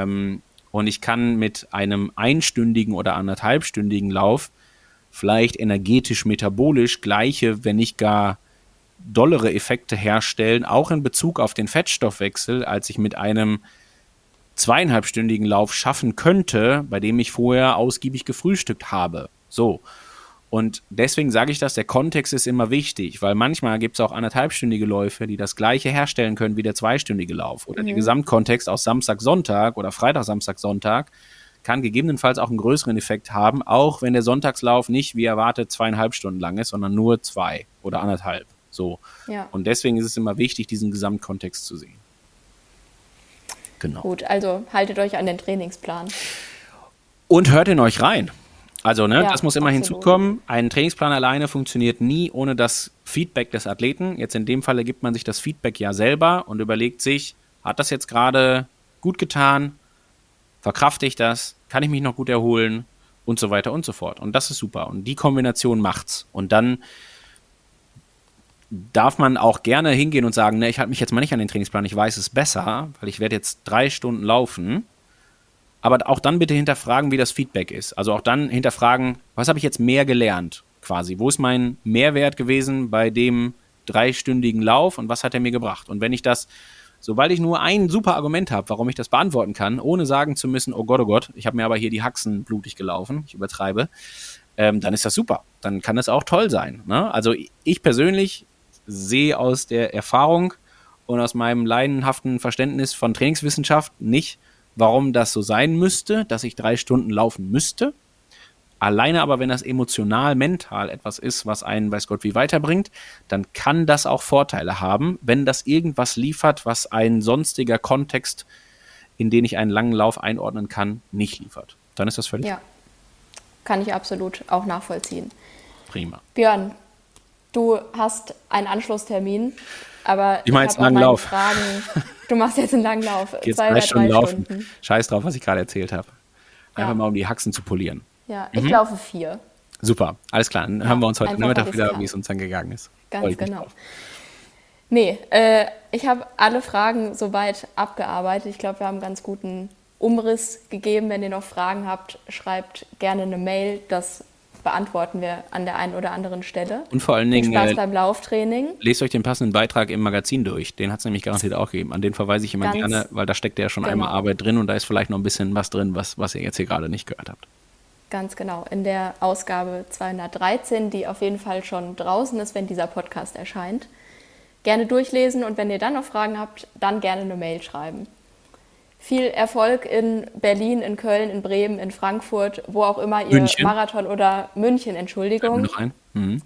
Und ich kann mit einem einstündigen oder 1,5-stündigen Lauf vielleicht energetisch-metabolisch gleiche, wenn nicht gar dollere Effekte herstellen, auch in Bezug auf den Fettstoffwechsel, als ich mit einem 2,5-stündigen Lauf schaffen könnte, bei dem ich vorher ausgiebig gefrühstückt habe. So. Und deswegen sage ich das, der Kontext ist immer wichtig, weil manchmal gibt es auch 1,5-stündige Läufe, die das Gleiche herstellen können wie der 2-stündige Lauf. Oder der Gesamtkontext aus Samstag, Sonntag oder Freitag, Samstag, Sonntag kann gegebenenfalls auch einen größeren Effekt haben, auch wenn der Sonntagslauf nicht, wie erwartet, 2,5 Stunden lang ist, sondern nur 2 oder 1,5. So. Ja. Und deswegen ist es immer wichtig, diesen Gesamtkontext zu sehen. Genau. Gut, also haltet euch an den Trainingsplan. Und hört in euch rein. Also, das muss immer hinzukommen. Ein Trainingsplan alleine funktioniert nie ohne das Feedback des Athleten. Jetzt in dem Falle gibt man sich das Feedback ja selber und überlegt sich, hat das jetzt gerade gut getan? Verkrafte ich das? Kann ich mich noch gut erholen? Und so weiter und so fort. Und das ist super. Und die Kombination macht's. Und dann darf man auch gerne hingehen und sagen, ich halte mich jetzt mal nicht an den Trainingsplan, ich weiß es besser, weil ich werde jetzt 3 Stunden laufen. Aber auch dann bitte hinterfragen, wie das Feedback ist. Also auch dann hinterfragen, was habe ich jetzt mehr gelernt quasi? Wo ist mein Mehrwert gewesen bei dem 3-stündigen Lauf und was hat er mir gebracht? Und wenn ich das, sobald ich nur ein super Argument habe, warum ich das beantworten kann, ohne sagen zu müssen, oh Gott, ich habe mir aber hier die Haxen blutig gelaufen, ich übertreibe, dann ist das super. Dann kann das auch toll sein. Ne? Also ich persönlich sehe aus der Erfahrung und aus meinem laienhaften Verständnis von Trainingswissenschaft nicht, warum das so sein müsste, dass ich 3 Stunden laufen müsste. Alleine aber, wenn das emotional, mental etwas ist, was einen, weiß Gott, wie weiterbringt, dann kann das auch Vorteile haben, wenn das irgendwas liefert, was ein sonstiger Kontext, in den ich einen langen Lauf einordnen kann, nicht liefert. Dann ist das völlig... Ja, kann ich absolut auch nachvollziehen. Prima. Björn, du hast einen Anschlusstermin, aber ich mache jetzt einen langen Lauf. Fragen. Du machst jetzt einen langen Lauf. Jetzt 2 oder 3 Stunden laufen. Scheiß drauf, was ich gerade erzählt habe. Einfach mal, um die Haxen zu polieren. Ja, ich laufe 4. Super, alles klar. Dann hören wir uns heute Nachmittag wieder, wie es uns dann gegangen ist. Ganz genau. Nee, ich habe alle Fragen soweit abgearbeitet. Ich glaube, wir haben einen ganz guten Umriss gegeben. Wenn ihr noch Fragen habt, schreibt gerne eine Mail. Das beantworten wir an der einen oder anderen Stelle. Und vor allen Dingen, viel Spaß beim Lauftraining. Lest euch den passenden Beitrag im Magazin durch. Den hat es nämlich garantiert auch gegeben. An den verweise ich immer gerne, weil da steckt ja schon einmal Arbeit drin und da ist vielleicht noch ein bisschen was drin, was ihr jetzt hier gerade nicht gehört habt. Ganz genau. In der Ausgabe 213, die auf jeden Fall schon draußen ist, wenn dieser Podcast erscheint. Gerne durchlesen und wenn ihr dann noch Fragen habt, dann gerne eine Mail schreiben. Viel Erfolg in Berlin, in Köln, in Bremen, in Frankfurt, wo auch immer ihr Marathon oder München, Entschuldigung, noch ein.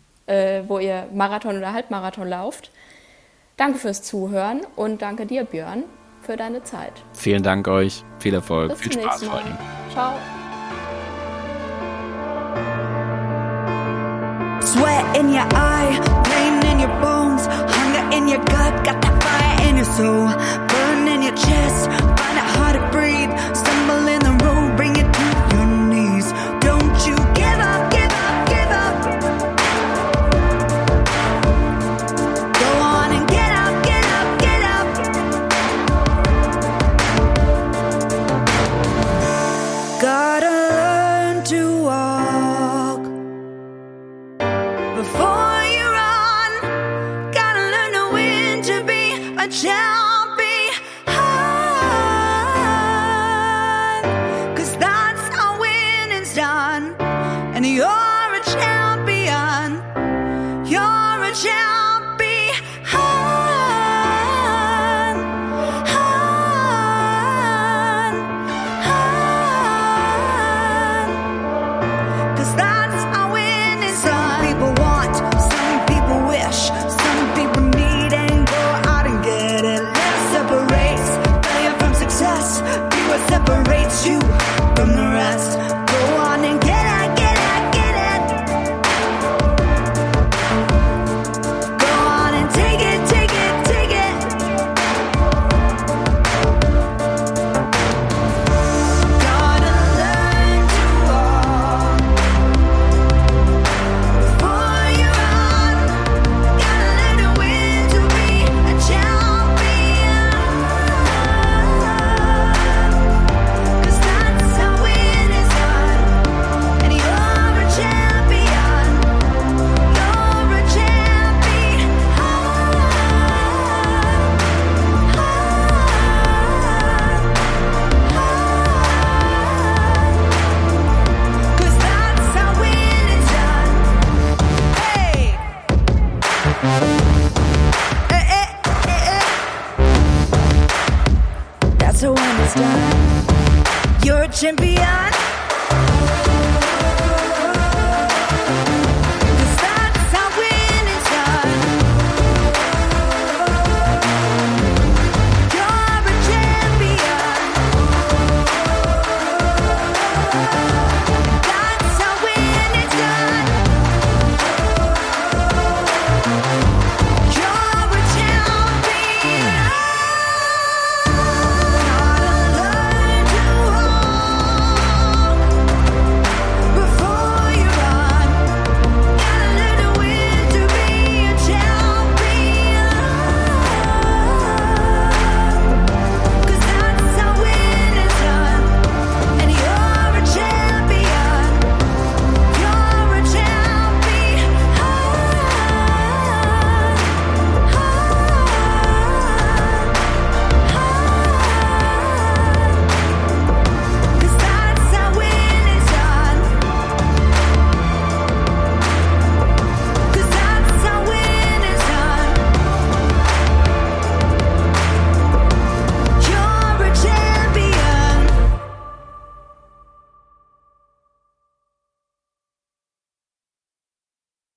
Wo ihr Marathon oder Halbmarathon lauft. Danke fürs Zuhören und danke dir, Björn, für deine Zeit. Vielen Dank euch, viel Erfolg, Bis viel zum Spaß nächsten vor Mal. allem. Ciao. Sweat in your eye, pain in your bones, hunger in your gut, got that fire in your soul, burn in your chest, find it hard to breathe, stumble in the road, bring it to your knees. Don't you give up, give up, give up. you from the rest. Go on and get it, get it, get it. Go on and take it, take it, take it. Gotta learn to walk before you're on. Gotta learn to win to be a champion. 'Cause that's how winning is done. And you're a champion. You're a champion. 'Cause that's how winning's done. Hey. That's how winning's done. You're a champion.